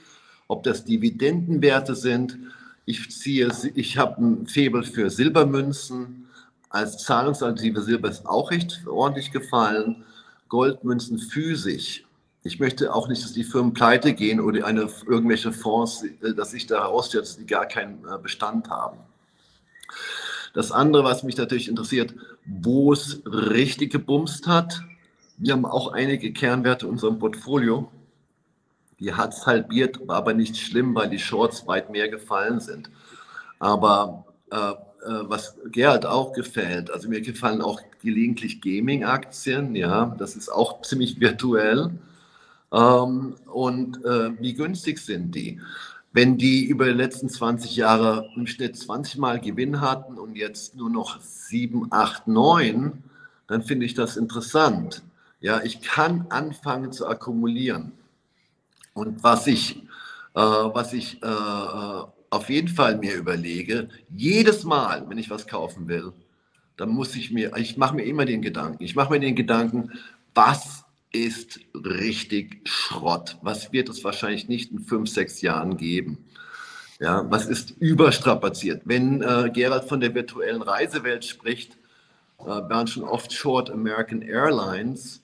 ob das Dividendenwerte sind. Ich habe ein Faible für Silbermünzen. Als Zahlungsalternative Silber ist auch recht ordentlich gefallen. Goldmünzen physisch. Ich möchte auch nicht, dass die Firmen pleite gehen oder irgendwelche Fonds, dass sich da herausstellt, dass die gar keinen Bestand haben. Das andere, was mich natürlich interessiert, wo es richtig gebumst hat. Wir haben auch einige Kernwerte in unserem Portfolio. Die hat es halbiert, war aber nicht schlimm, weil die Shorts weit mehr gefallen sind. Aber was Gerhard auch gefällt, also mir gefallen auch gelegentlich Gaming-Aktien, ja, das ist auch ziemlich virtuell. Wie günstig sind die? Wenn die über die letzten 20 Jahre im Schnitt 20 Mal Gewinn hatten und jetzt nur noch 7, 8, 9, dann finde ich das interessant. Ja, ich kann anfangen zu akkumulieren. Und was ich auf jeden Fall mir überlege, jedes Mal, wenn ich was kaufen will, dann ich mache mir immer den Gedanken, was ist richtig Schrott? Was wird es wahrscheinlich nicht in 5, 6 Jahren geben? Ja, was ist überstrapaziert? Wenn Gerald von der virtuellen Reisewelt spricht, waren schon oft Short American Airlines.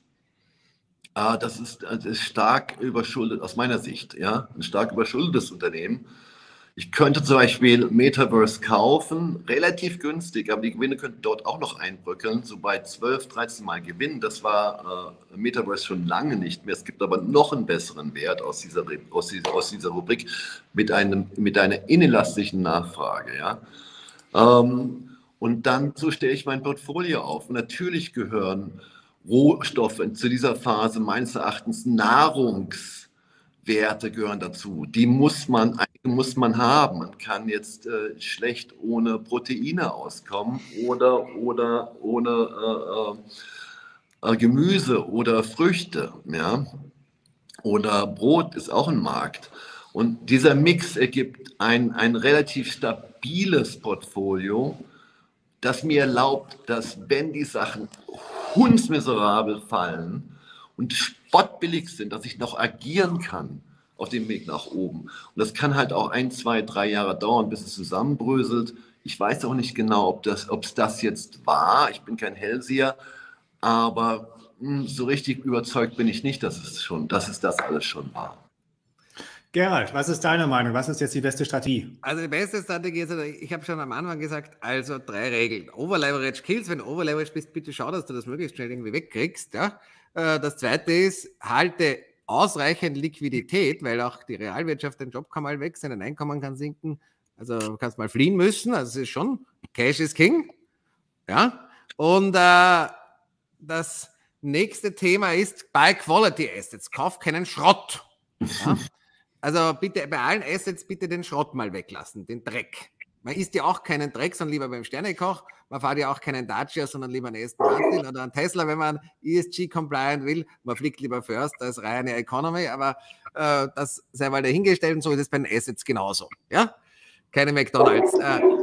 Das ist stark überschuldet aus meiner Sicht, ja, ein stark überschuldetes Unternehmen. Ich könnte zum Beispiel Metaverse kaufen, relativ günstig, aber die Gewinne könnten dort auch noch einbröckeln, so bei 12, 13 Mal Gewinn. Das war Metaverse schon lange nicht mehr. Es gibt aber noch einen besseren Wert aus dieser Rubrik mit einer inelastischen Nachfrage. Ja. Und dann so stelle ich mein Portfolio auf. Und natürlich gehören Rohstoffe zu dieser Phase meines Erachtens Nahrungswerte gehören dazu. Die muss man haben. Man kann jetzt schlecht ohne Proteine auskommen oder ohne Gemüse oder Früchte. Ja? Oder Brot ist auch ein Markt. Und dieser Mix ergibt ein relativ stabiles Portfolio, das mir erlaubt, dass wenn die Sachen hundsmiserabel fallen und spottbillig sind, dass ich noch agieren kann auf dem Weg nach oben. Und das kann halt auch 1, 2, 3 Jahre dauern, bis es zusammenbröselt. Ich weiß auch nicht genau, ob es das jetzt war. Ich bin kein Hellseher, aber so richtig überzeugt bin ich nicht, dass es das alles schon war. Gerald, was ist deine Meinung? Was ist jetzt die beste Strategie? Also die beste Strategie ist, ich habe schon am Anfang gesagt, also 3 Regeln. Overleverage kills. Wenn du overleverage bist, bitte schau, dass du das möglichst schnell irgendwie wegkriegst. Ja? Das zweite ist, halte ausreichend Liquidität, weil auch die Realwirtschaft, dein Job kann mal weg sein, dein Einkommen kann sinken. Also du kannst mal fliehen müssen. Also es ist schon, Cash is King. Ja? Und das nächste Thema ist Buy Quality Assets. Kauf keinen Schrott. Ja? Also bitte bei allen Assets bitte den Schrott mal weglassen, den Dreck. Man isst ja auch keinen Dreck, sondern lieber beim Sternekoch. Man fährt ja auch keinen Dacia, sondern lieber einen Aston Martin oder einen Tesla, wenn man ESG-compliant will. Man fliegt lieber First als Ryanair Economy, aber das sei mal dahingestellt und so ist es bei den Assets genauso. Ja? Keine McDonalds.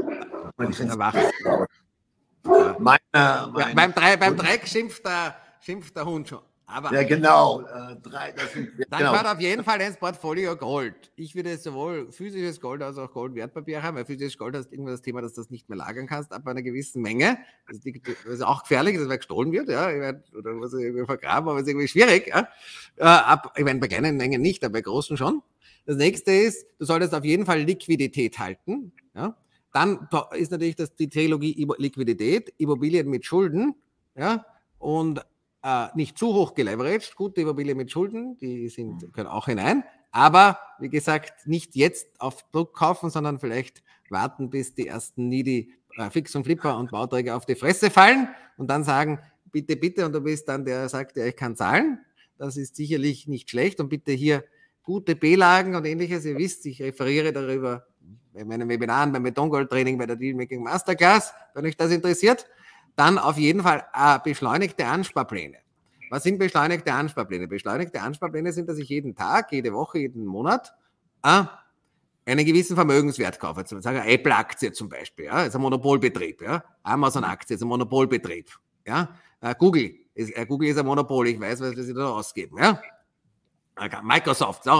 Beim Dreck schimpft der Hund schon. Aber ja, genau. Dann gehört auf jeden Fall ins Portfolio Gold. Ich würde sowohl physisches Gold als auch Goldwertpapier haben, weil physisches Gold hast irgendwann das Thema, dass du das nicht mehr lagern kannst, ab einer gewissen Menge. Das ist auch gefährlich, dass es gestohlen wird, ja, oder muss irgendwie vergraben, aber es ist irgendwie schwierig. Ja. Ich meine, bei kleinen Mengen nicht, aber bei großen schon. Das nächste ist, du solltest auf jeden Fall Liquidität halten. Ja. Dann ist natürlich die Trilogie Liquidität, Immobilien mit Schulden, ja, und nicht zu hoch geleveraged, gute Immobilien mit Schulden, können auch hinein, aber wie gesagt, nicht jetzt auf Druck kaufen, sondern vielleicht warten, bis die ersten Needy Fix und Flipper und Bauträger auf die Fresse fallen und dann sagen, bitte, bitte, und du bist dann der sagt, ja, ich kann zahlen, das ist sicherlich nicht schlecht und bitte hier gute B-Lagen und ähnliches, ihr wisst, ich referiere darüber bei meinen Webinaren, beim Betongold-Training, bei der Dealmaking Masterclass, wenn euch das interessiert. Dann auf jeden Fall beschleunigte Ansparpläne. Was sind beschleunigte Ansparpläne? Beschleunigte Ansparpläne sind, dass ich jeden Tag, jede Woche, jeden Monat einen gewissen Vermögenswert kaufe. Zum Beispiel eine Apple-Aktie zum Beispiel, ja, ist ein Monopolbetrieb. Ja. Amazon-Aktie ist ein Monopolbetrieb. Ja. Google ist ein Monopol, ich weiß, was sie da ausgeben. Ja. Microsoft ist auch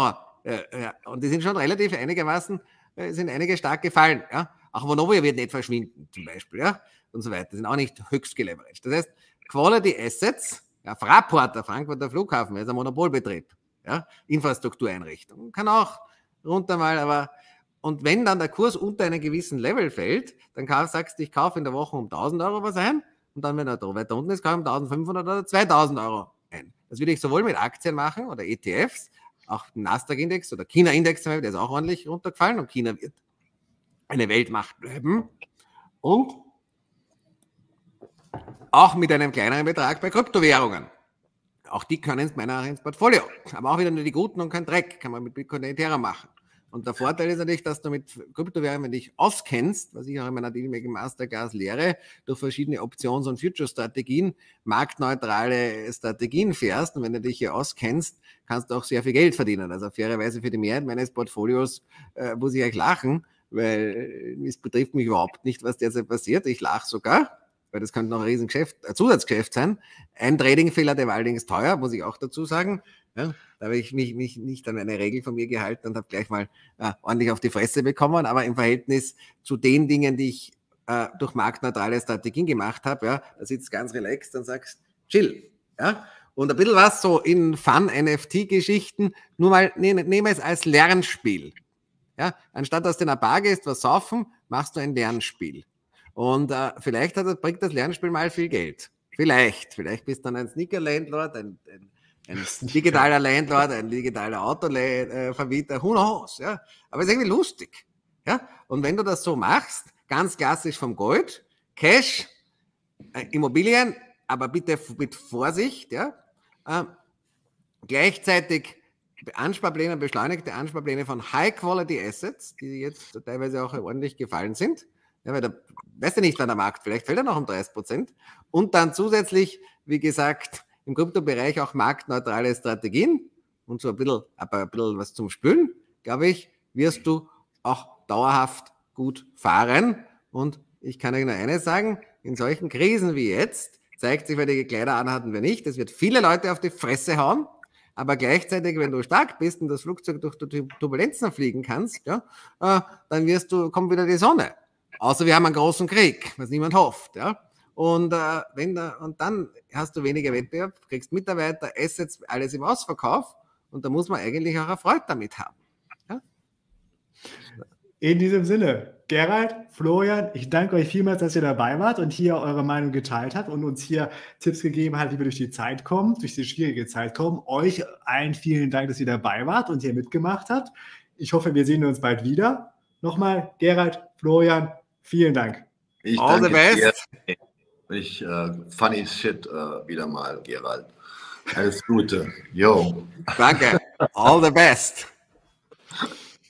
Und die sind schon relativ einigermaßen, sind einige stark gefallen. Ja? Auch Vonovia wird nicht verschwinden, zum Beispiel, ja, und so weiter. Die sind auch nicht höchst geleveraged. Das heißt, Quality Assets, ja, Fraport, der Frankfurter Flughafen, ist ein Monopolbetrieb, ja, Infrastruktureinrichtung, kann auch runter mal, aber und wenn dann der Kurs unter einen gewissen Level fällt, dann sagst du, ich kaufe in der Woche um 1.000 Euro was ein und dann, wenn er da weiter unten ist, kaufe ich um 1.500 oder 2.000 Euro ein. Das würde ich sowohl mit Aktien machen oder ETFs, auch den Nasdaq-Index oder China-Index, der ist auch ordentlich runtergefallen und China wird eine Weltmacht bleiben und auch mit einem kleineren Betrag bei Kryptowährungen. Auch die können meiner Meinung nach ins Portfolio. Aber auch wieder nur die guten und kein Dreck. Kann man mit Bitcoin und Ethereum machen. Und der Vorteil ist natürlich, dass du mit Kryptowährungen, wenn du dich auskennst, was ich auch in meiner Dealmaking Masterclass lehre, durch verschiedene Options- und Future-Strategien, marktneutrale Strategien fährst. Und wenn du dich hier auskennst, kannst du auch sehr viel Geld verdienen. Also fairerweise für die Mehrheit meines Portfolios muss ich euch lachen, weil es betrifft mich überhaupt nicht, was derzeit passiert. Ich lache sogar, weil das könnte noch ein Riesengeschäft, ein Zusatzgeschäft sein. Ein Tradingfehler, der war allerdings teuer, muss ich auch dazu sagen. Ja, da habe ich mich nicht an eine Regel von mir gehalten und habe gleich mal ordentlich auf die Fresse bekommen. Aber im Verhältnis zu den Dingen, die ich durch marktneutrale Strategien gemacht habe, ja, da sitzt ganz relaxed und sagst, chill. Ja? Und ein bisschen was so in Fun-NFT-Geschichten, nur mal nehme es als Lernspiel. Ja? Anstatt dass du in eine Bar gehst, was saufen, machst du ein Lernspiel. Und vielleicht bringt das Lernspiel mal viel Geld. Vielleicht bist du dann ein Sneaker-Landlord, ein digitaler Landlord, ein digitaler Autovermieter, who knows, ja. Aber es ist irgendwie lustig, ja. Und wenn du das so machst, ganz klassisch vom Gold, Cash, Immobilien, aber bitte mit Vorsicht, ja. Gleichzeitig Ansparpläne, beschleunigte Ansparpläne von High-Quality Assets, die jetzt teilweise auch ordentlich gefallen sind. Ja, weil da weißt du nicht, wann der Markt, vielleicht fällt er noch um 30%. Und dann zusätzlich, wie gesagt, im Kryptobereich auch marktneutrale Strategien und so ein bisschen was zum Spülen, glaube ich, wirst du auch dauerhaft gut fahren. Und ich kann euch nur eines sagen, in solchen Krisen wie jetzt zeigt sich, weil die Kleider anhatten wir nicht, es wird viele Leute auf die Fresse hauen, aber gleichzeitig, wenn du stark bist und das Flugzeug durch die Turbulenzen fliegen kannst, ja, dann kommt wieder die Sonne. Außer wir haben einen großen Krieg, was niemand hofft, ja. Und dann hast du weniger Wettbewerb, kriegst Mitarbeiter, Assets, alles im Ausverkauf und da muss man eigentlich auch Erfolg damit haben. Ja? In diesem Sinne, Gerald, Florian, ich danke euch vielmals, dass ihr dabei wart und hier eure Meinung geteilt habt und uns hier Tipps gegeben habt, wie wir durch die Zeit kommen, durch die schwierige Zeit kommen. Euch allen vielen Dank, dass ihr dabei wart und hier mitgemacht habt. Ich hoffe, wir sehen uns bald wieder. Nochmal, Gerald, Florian, vielen Dank. All the best. Funny shit wieder mal, Gerald. Alles Gute. Yo. Danke. All the best.